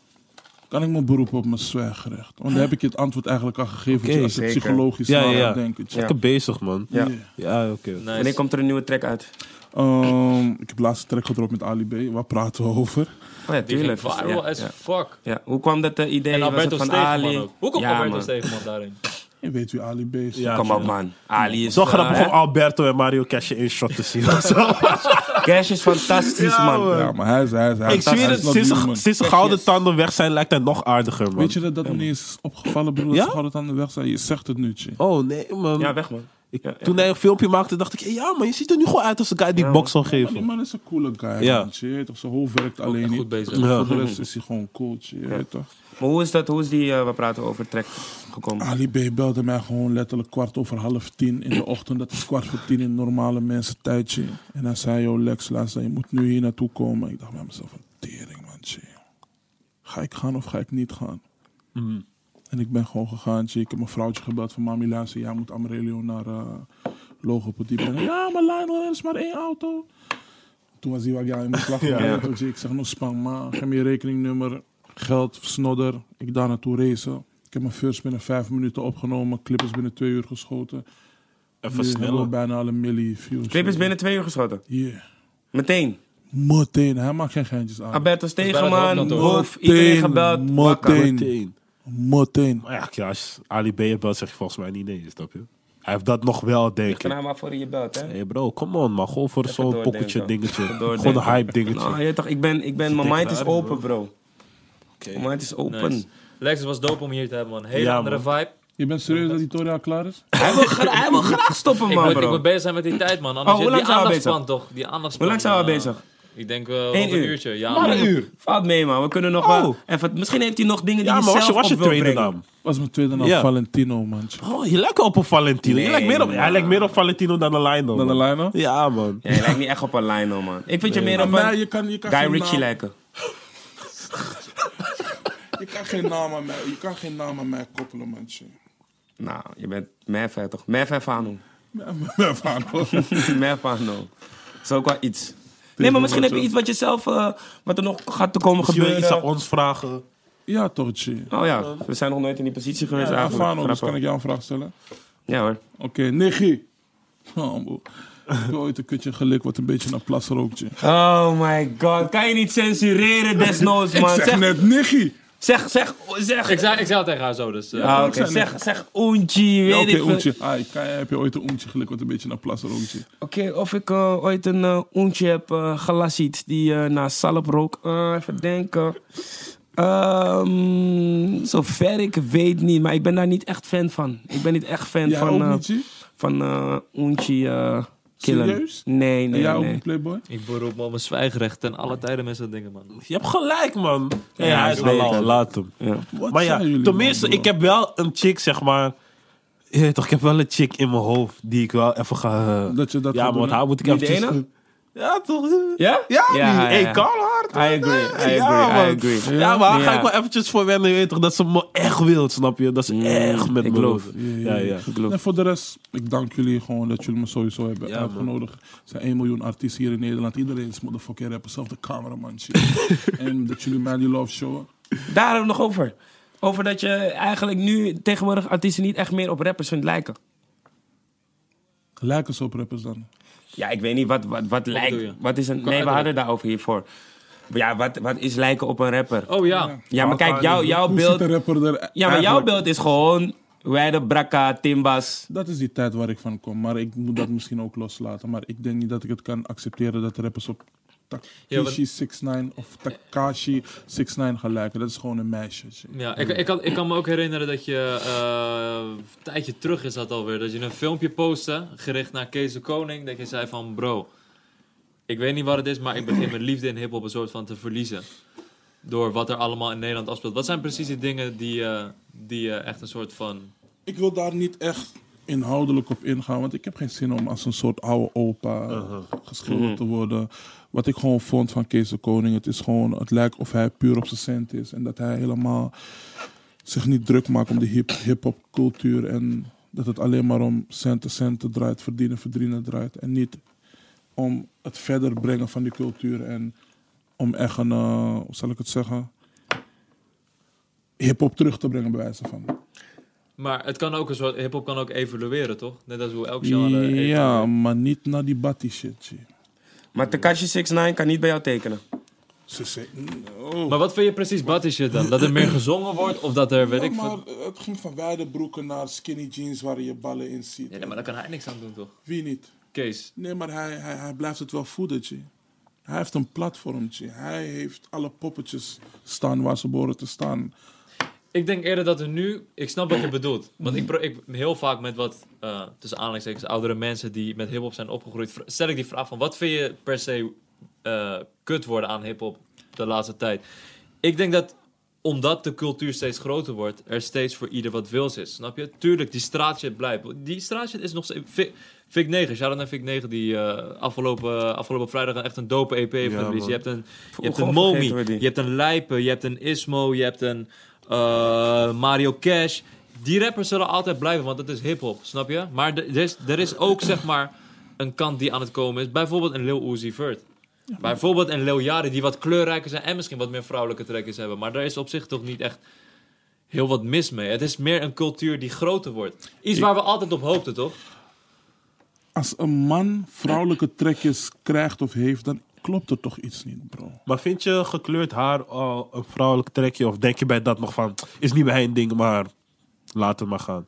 Kan ik me beroepen op mijn zwijggerecht? Want daar heb ik je het antwoord eigenlijk al gegeven. Oké, als je zeker. psychologisch Ja. denken. Lekker bezig, man. Ja. Ja, oké. Nice. Wanneer komt er een nieuwe track uit? Ik heb de laatste track gedropt met Ali B. Waar praten we over? Oh ja, Die tuurlijk. ging viral as fuck. Ja. Hoe kwam dat idee? En Was het Alberto van Stegeman Ali? ook. Hoe komt Ja, Alberto man. Stegeman daarin? Je weet wie Ali B is. Ja. Kom op, man. Ali is... Zo grappig hè? om Alberto en Mario Cashje in shot te zien. Cash is fantastisch, Ja, man. man. Ja, maar hij is Ik zweer het, not human. sinds de gouden tanden weg zijn, lijkt hij nog aardiger, man. Weet je dat me niet eens is opgevallen, broer? Ja? Dat ze gewoon het aan de weg zijn. Je zegt het nu, tje. Oh, nee, man. Ja, weg, man. Ja. Toen hij een filmpje maakte, dacht ik... Ja, man, je ziet er nu gewoon uit als een guy die box zal Maar die geven. man is een coole guy, Ja. man, tje. Je weet toch, zijn hoofd werkt alleen Echt niet. goed bezig. Ja. Voor de rest is hij gewoon cool, tje. Je weet toch. Maar hoe is die, we praten over, track gekomen? Ali B belde mij gewoon letterlijk 9:15 in de ochtend. Dat is 9:15 in normale mensentijdje. En hij zei, yo Lex, luister, je moet nu hier naartoe komen. Ik dacht bij mezelf, een tering, man, tje. Ga ik gaan of ga ik niet gaan? En ik ben gewoon gegaan, tje. Ik heb mijn vrouwtje gebeld van mami, luister, jij moet Amarelio naar Logopedie brengen. Ja, maar Lionel, er is maar 1 auto. Toen was hij wat, ja, je moet lachen. Ik zeg, no spang, maar geef me je rekeningnummer, geld, snodder. Ik daar naartoe racen. Ik heb mijn first binnen 5 minuten opgenomen. Clip is binnen 2 uur geschoten. Even Nu hebben we sneller. bijna alle milli views. Clip is binnen 2 uur geschoten. Yeah. Meteen. Meteen, hij maakt geen geintjes aan. Alberto bij Stegeman, het Wolf, iedereen gebeld. wakker. Meteen. Meteen. Maar ja, als Ali B je belt, zeg je volgens mij niet nee, snap je? Hij heeft dat nog wel, denk Ik ga ik. nou maar voor je belt, hè. Hey bro, come on man. Gewoon voor Even zo'n doordenken. pocketje dingetje. Even Gewoon doordenken. een hype dingetje. Nou, je weet toch, mijn mind is klaar, open, bro. bro. Mijn mind is open. Nice. Lex, het was dope om hier te hebben, man. Hele Ja, andere vibe. Je bent serieus dat die Tori al klaar is? Hij wil graag stoppen, Ik man, moet bro. bezig zijn met die tijd, man. Anders Oh, hoe lang die zijn we aandachtspan, toch? Die aandachtspan. Hoe lang zijn we bezig? Ik denk wel 1 een uur. uurtje. Ja, Maar man. een uur. Valt mee, man. We kunnen nog wel even... Misschien heeft hij nog dingen die Ja, hij maar zelf was je op wil tweede brengen. naam? Was mijn tweede naam Ja. Valentino, man. Oh, je lijkt wel op een Valentino. Nee, Je lijkt meer op, man. hij lijkt meer op Valentino dan een Lionel. Dan de man. line-up? Ja, man. Ja, je lijkt niet echt op een Lionel, man. Ik vind je meer op Maar een je kan Guy geen Ritchie naam- lijken. Je kan geen naam aan mij, aan mij koppelen, man. Nou, je bent Merve, toch? Merve Fano. Mervano. Mervano. Is ook wel iets. Nee, maar misschien heb je iets wat je zelf... wat er nog gaat te komen Misschien wil je iets aan gebeuren. ons vragen. Ja, toch, G. Oh ja, we zijn nog nooit in die positie geweest Ja, eigenlijk. Fano, dus Grappig. kan ik jou een vraag stellen? Ja hoor. Oké, Niggi. Oh, bro. Ik heb ooit een kutje gelikt wat een beetje naar plas rookt, G. Oh my god. Kan je niet censureren desnoods, man? Zeg net Niggi. Zeg. Ik zei het tegen haar zo, dus... Ah, oké. Zeg Oentje, weet Ja, ik oké, veel. Oentje. Heb je ooit een oentje gelikt wat een beetje naar plas rookt, G? Oké, of ik ooit een Oentje heb gelasiet die naar salop rook. Even denken. Zover ik weet niet, maar ik ben daar niet echt fan van. Ik ben niet echt fan Jij ook niet, G? van Oentje killen. Serieus? Nee, En jij ook nee. een Playboy? Ik beroep me op mijn zwijgrecht ten alle tijden met zo'n dingen, man. Je hebt gelijk, man. Ja, Ja, hij is zeker. halal, laat hem. Ja. Wat Maar ja, zijn jullie, tenminste, man, bro? ik heb wel een chick, zeg maar. Je weet toch, ik heb wel een chick in mijn hoofd die ik wel even ga. Dat je dat ja, gaat maar doen, haar hè? moet ik Wie, even. de ene? Ja, toch? Ja? Ja, Ja, die. ja. Hey, Carl Hart. I agree. Ja, man. I agree. Ja, maar daar ga Ja. ik wel eventjes voor wennen, je weet toch, dat ze me echt wil, snap je? Dat ze echt met ik me geloof. wil. Ja. Ik geloof. En voor de rest, ik dank jullie gewoon dat jullie me sowieso hebben Ja, uitgenodigd. Er zijn 1 miljoen artiesten hier in Nederland. Iedereen is motherfucking rapper, zelfs de cameraman. En dat jullie mij die love showen. Daar hadden we het nog over. Over dat je eigenlijk nu tegenwoordig artiesten niet echt meer op rappers vindt lijken. Lijken ze op rappers dan? Ja, ik weet niet wat bedoel lijkt. je? Wat is een. Nee, we hadden daarover hiervoor. Ja, wat is lijken op een rapper? Oh ja. Ja, maar kijk, jouw Hoe beeld. ziet de rapper er Ja, maar jouw eigenlijk- beeld is gewoon. Wijde Brakka, Timbas. Dat is die tijd waar ik van kom. Maar ik moet dat misschien ook loslaten. Maar ik denk niet dat ik het kan accepteren dat rappers op Takashi 69 of Takashi 69 gaan lijken. Dat is gewoon een meisje. Ja, ik kan me ook herinneren dat je een tijdje terug is dat alweer, dat je een filmpje postte, gericht naar Kees de Koning, dat je zei van bro, ik weet niet wat het is, maar ik begin mijn liefde in hiphop een soort van te verliezen. Door wat er allemaal in Nederland afspeelt. Wat zijn precies die dingen die echt een soort van... Ik wil daar niet echt inhoudelijk op ingaan. Want ik heb geen zin om als een soort oude opa geschilderd te worden. Wat ik gewoon vond van Kees de Koning. Het is gewoon, het lijkt of hij puur op zijn cent is. En dat hij helemaal zich niet druk maken om de hip-hop cultuur en dat het alleen maar om centen draait, verdienen draait en niet om het verder brengen van die cultuur en om echt een, hoe zal ik het zeggen, hip-hop terug te brengen bij wijze van. Maar het kan ook een soort hip-hop kan ook evolueren, toch? Net als hoe elk genre Ja, maar niet naar die batty shit, G. Maar Tekashi 69 kan niet bij jou tekenen. Maar wat vind je precies batty shit dan? Dat er meer gezongen wordt of dat er, weet ik maar veel... het ging van wijde broeken naar skinny jeans waar je je ballen in ziet. Ja, nee, maar daar kan hij niks aan doen, toch? Wie niet? Kees. Nee, maar hij blijft het wel voeden, G. Hij heeft een platform, G. Hij heeft alle poppetjes staan waar ze behoren te staan. Ik denk eerder dat er nu... Ik snap wat je bedoelt. Want ik heel vaak met wat, tussen aanhalingstekens, oudere mensen die met hiphop zijn opgegroeid, stel ik die vraag van, wat vind je per se kut worden aan hiphop de laatste tijd? Ik denk dat, omdat de cultuur steeds groter wordt, er steeds voor ieder wat wils is. Snap je? Tuurlijk, die straatshit blijft. Die straatshit is nog steeds... Vic 9, shout-out naar Vic 9, die afgelopen vrijdag echt een dope EP heeft gereleased. Je hebt een Momi, je hebt een Lijpen, je hebt een Ismo, je hebt een Mario Cash. Die rappers zullen altijd blijven, want het is hip-hop, snap je? Maar er is ook, zeg maar, een kant die aan het komen is. Bijvoorbeeld een Lil Uzi Vert. Bijvoorbeeld een Lil Yachty, die wat kleurrijker zijn en misschien wat meer vrouwelijke trekkers hebben. Maar daar is op zich toch niet echt heel wat mis mee. Het is meer een cultuur die groter wordt. Iets waar we altijd op hoopten, toch? Als een man vrouwelijke trekjes krijgt of heeft, dan klopt er toch iets niet, bro. Maar vind je gekleurd haar al een vrouwelijk trekje? Of denk je bij dat nog van, is niet mijn ding, maar laat het maar gaan?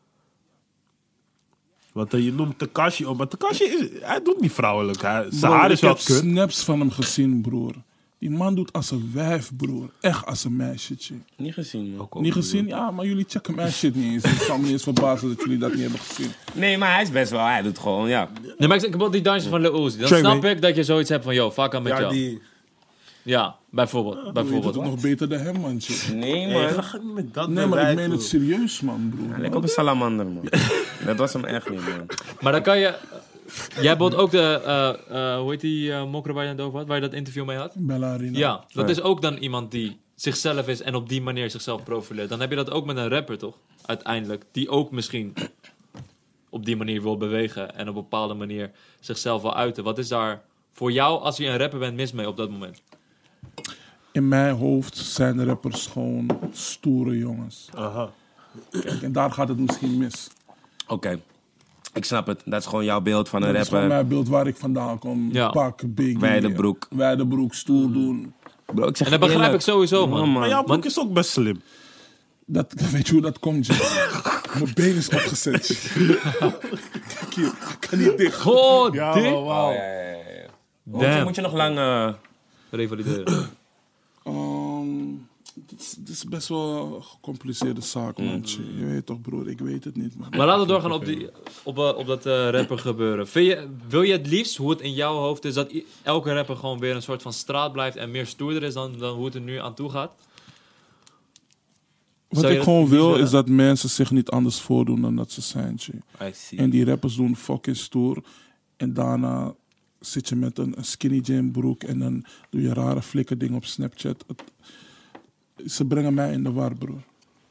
Want je noemt Tekashi op, maar Tekashi hij doet niet vrouwelijk. Zijn haar is wel kut. Ik heb snaps van hem gezien, broer. Die man doet als een wijf, broer. Echt als een meisje. Niet gezien, man. Niet gezien? Ja, maar jullie checken mijn shit niet eens. Ik kan me niet eens verbazen dat jullie dat niet hebben gezien. Nee, maar hij is best wel... Hij doet gewoon, ja. Nee, maar ik zeg die dansje van Lil Uzi. Dan Check snap me. ik dat je zoiets hebt van, yo, fuck aan met jou. Ja, bijvoorbeeld. Je doet bijvoorbeeld. het nog beter dan hem, man. Shit. Nee, Nee, man. ga niet met dat Nee, maar ik bewijs, meen het bro. serieus, man, broer. Hij leek op een salamander, man. Dat was hem echt niet, man. Maar dan kan je... Jij bot ook de... hoe heet die mokker waar je het over had? Waar je dat interview mee had? Bella Arena. Ja, dat is ook dan iemand die zichzelf is en op die manier zichzelf profileert. Dan heb je dat ook met een rapper, toch? Uiteindelijk. Die ook misschien op die manier wil bewegen en op een bepaalde manier zichzelf wil uiten. Wat is daar voor jou, als je een rapper bent, mis mee op dat moment? In mijn hoofd zijn rappers gewoon stoere jongens. Aha. Kijk, en daar gaat het misschien mis. Oké. Ik snap het. Dat is gewoon jouw beeld van een Dat is gewoon rapper. mijn beeld waar ik vandaan kom. Ja. Pak, biggie. Wijde broek. Wijde broek, stoer doen. Bro, ik zeg En dat begrijp eerlijk. ik sowieso, man. Ja, man. Maar jouw broek is ook best slim. Dat, weet je hoe dat komt, Jay? Mijn been is opgezet. Kijk hier, ik kan niet dicht. God, Ja, dit? man, wauw. Damn. Moet je nog lang... Revalideren. Dit is best wel een gecompliceerde zaak, man. Je weet toch, broer, ik weet het niet, man. Maar laten we doorgaan op dat rapper gebeuren. Wil je het liefst, hoe het in jouw hoofd is, dat elke rapper gewoon weer een soort van straat blijft en meer stoerder is dan hoe het er nu aan toe gaat? Wat Zou je ik gewoon dat wil, willen? is dat mensen zich niet anders voordoen dan dat ze zijn, G. I see. En die rappers doen fucking stoer. En daarna zit je met een skinny jean broek en dan doe je rare flikkerdingen op Snapchat. Ze brengen mij in de war, broer.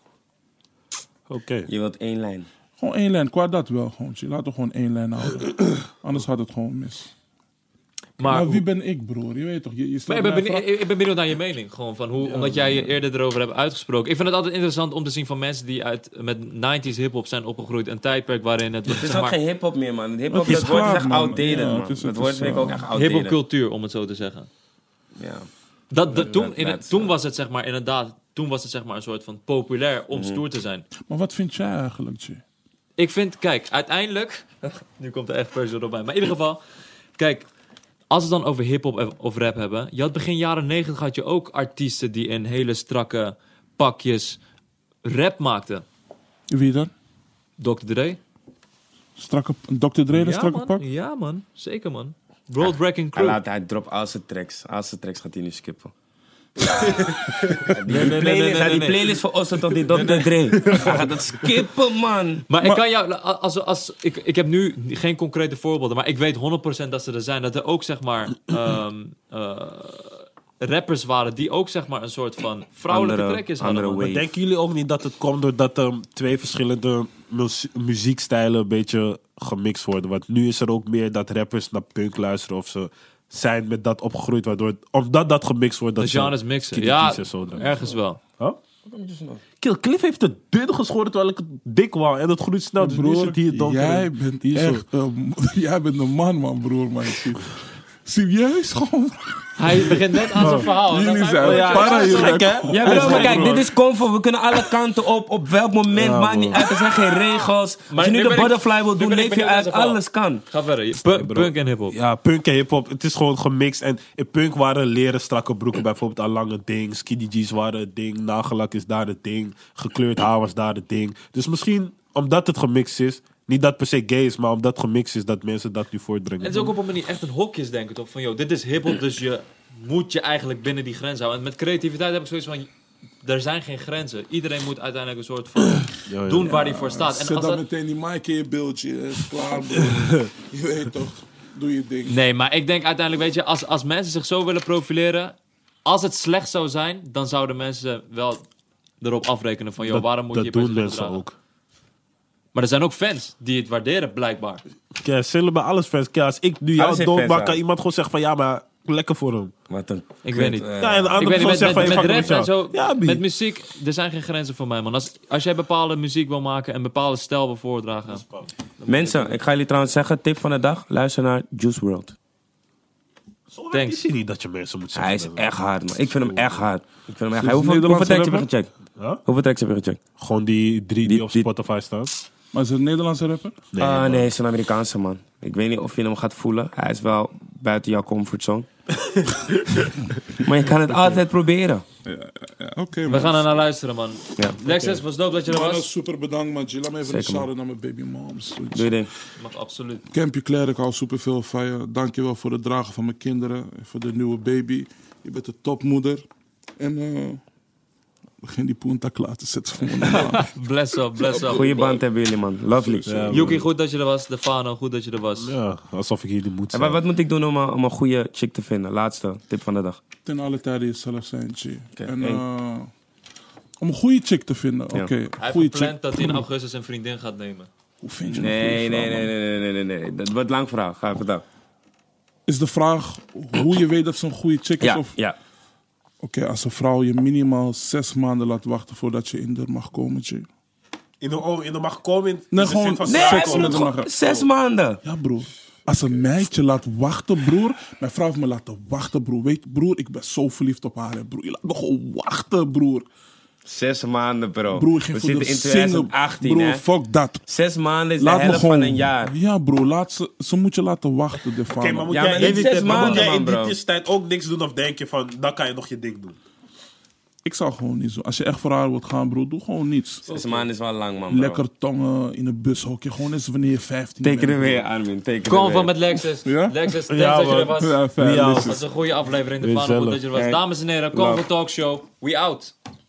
Oké. Je wilt één lijn. Gewoon één lijn, qua dat wel gewoon. G. Laten we gewoon één lijn houden. Anders gaat het gewoon mis. Maar wie ben ik, broer? Je weet toch, je Maar stelt ik ben, mij benieuwd, vragen- ik ben benieuwd naar je mening. Gewoon van omdat jij je eerder erover hebt uitgesproken. Ik vind het altijd interessant om te zien van mensen die met 90s hip-hop zijn opgegroeid. Een tijdperk waarin het... Het is ook geen hip-hop meer, man. Hip-hop, Het is dat woord is klaar, echt man. outdated, Ja, man. het is- Dat het woord is, vind ik ook echt outdated. hip-hop cultuur, om het zo te zeggen. Ja. Toen was het zeg maar inderdaad... Toen was het zeg maar een soort van populair om stoer te zijn. Maar wat vind jij eigenlijk, G? Ik vind, kijk, uiteindelijk... Nu komt er echt person op mij. Maar in ieder geval, kijk... Als we het dan over hiphop of rap hebben... Je had begin jaren 90 had je ook artiesten die in hele strakke pakjes rap maakten. Wie dan? Dr. Dre. Dr. Dre, een strakke man. pak? Ja, man. Zeker, man. World Wrecking Crew. Hij dropt al zijn tracks. Al zijn tracks gaat hij nu skippen. nee. Die playlist voor Osso tot die Dr. Dre. Hij gaat het skippen, man. Maar ik kan jou... Ik heb nu geen concrete voorbeelden... maar ik weet 100% dat ze er zijn. Dat er ook, zeg maar... rappers waren die ook zeg maar een soort van vrouwelijke Andere- trekjes hadden. andere man. wave. Denken jullie ook niet dat het komt doordat er 2 verschillende muziekstijlen een beetje gemixt worden? Want nu is er ook meer dat rappers naar punk luisteren of ze zijn met dat opgegroeid, waardoor omdat dat gemixt wordt, dat De genres mixen. Kid Ja, Keys en zo dan. ergens wel. Huh? Kill, Cliff heeft het dun geschoren terwijl ik het dik wou. En dat groeit snel, dus nu is het hier donker. jij bent echt... jij bent een man, broer. Maar serieus? Gewoon... Hij begint net aan zijn verhaal. Jullie Dan- zijn ja, para, dat is jullie. gek, hè? Ja, bro, maar kijk, dit is comfort. We kunnen alle kanten op welk moment, Ja, maakt niet bro. uit. Er zijn geen regels. Als je nu nu de ben ik- butterfly wil nu doen, ben ik leef je benieuwd naar uit. zijn verhaal. Alles kan. Ga verder. Punk en hiphop. Ja, punk en hip-hop. Het is gewoon gemixt. En in punk waren leren strakke broeken bijvoorbeeld al lange ding. Skinny jeans waren het ding. Nagellak is daar het ding. Gekleurd haar was daar het ding. Dus misschien omdat het gemixt is. Niet dat per se gay is, maar omdat het gemixt is dat mensen dat nu voortbrengen. Het is ook op een manier echt een hokjes denken toch? Van joh, dit is hiphop, dus je moet je eigenlijk binnen die grens houden. En met creativiteit heb ik zoiets van, er zijn geen grenzen. Iedereen moet uiteindelijk een soort van Ja. doen waar hij voor staat. En Zet als dan dat... meteen die mic in je beeldje. Is klaar, broer. Je weet toch. Doe je ding. Nee, maar ik denk uiteindelijk, weet je, als mensen zich zo willen profileren, als het slecht zou zijn, dan zouden mensen wel erop afrekenen van, joh, waarom moet je dat je doen bezig mensen gedragen? ook. Maar er zijn ook fans die het waarderen, blijkbaar. Kijk, zullen bij alles fans. Kijk, als ik nu jou Alles heeft doodmaak, fans, kan ja. iemand gewoon zeggen van ja, maar lekker voor hem. Wat een... Ik weet niet. Ja, en de Ik andere weet gewoon niet, zeggen van met je rap en zo, Ja, Bi. met muziek, er zijn geen grenzen voor mij, man. Als jij bepaalde muziek wil maken en bepaalde stijl wil voordragen. Mensen, ik ga jullie trouwens zeggen, tip van de dag. Luister naar Juice WRLD. Zo Thanks. is hij niet dat je mensen moet zeggen. Hij is echt hard, man. Ik vind hem echt hard. Ik vind hem echt Is hard. het Hoeveel tracks heb je Nederlandse gecheckt? Huh? Hoeveel tracks heb je gecheckt? Gewoon die 3 die op die- Spotify staan. Maar is het een Nederlandse rapper? Nee, man. Nee, hij is een Amerikaanse man. Ik weet niet of je hem gaat voelen. Hij is wel buiten jouw comfortzone. Maar je kan het altijd proberen. Ja, oké, We man. gaan er naar luisteren, man. Ja. Lexus, was dope dat je er Mannen, was. super bedankt, man. Laat me even Zeker, een shout-out man. naar mijn baby moms. Doe je ding. Mag absoluut. Campje Claire, ik hou super veel van je. Dank je wel voor het dragen van mijn kinderen. En voor de nieuwe baby. Je bent de topmoeder. En begin die punta klaar te zetten voor me. Bless up, bless up. Goeie band hebben jullie, man. Lovely. Ja, Yuki, goed dat je er was. Stefano, goed dat je er was. Ja, alsof ik hier niet moet En zijn. wat moet ik doen om een goede chick te vinden? Laatste tip van de dag. Ten alle tijde jezelf zijn, G. En één. om een goede chick te vinden. Ja. Oké, Hij heeft goede gepland chick. dat hij in augustus een vriendin gaat nemen. Hoe vind je een goede Nee, vrouw, nee. man? Dat wordt lang verhaal. Ga even dan. Is de vraag hoe je weet dat ze een goede chick is? Ja, Of... ja. Oké, als een vrouw je minimaal 6 maanden laat wachten voordat je in de mag komen, G. In de mag komen in Nee, de gewoon- zin van Nee, Seks hij seks. met moet een gewoon mag- 6 maanden. Ja, broer. Als een meidje laat wachten, broer. Mijn vrouw heeft me laten wachten, broer. Weet je, broer, ik ben zo verliefd op haar, hè, broer. Je laat me gewoon wachten, broer. 6 maanden, bro. Broer, ik ging We voor de zitten in single. 2018, Broer, hè. fuck dat. 6 maanden is Laat de me helft gewoon... van een jaar. Ja, broer, ze moet je laten wachten, de Oké, maar moet Ja, jij maar in niet die 6 tijd- maar moet maanden, jij in man, bro. die tussentijd ook niks doen of denk je van, dan kan je nog je ding doen? Ik zou gewoon niet zo. Als je echt voor haar wilt gaan, broer, doe gewoon niets. 6 maanden is wel lang, man, bro. Lekker tongen in een bushokje. Gewoon eens wanneer je 15 Teken bent. er weer, Armin. Teken er Kom weer. van met Lexus. Ja? Lexus, thanks Ja, dat je er man. was. Ja, fijn. Wie Dat else? was een goede aflevering. De Gezellig. Fano, goed dat je er was. Hey. Dames en heren, Convo Talk Show. We out.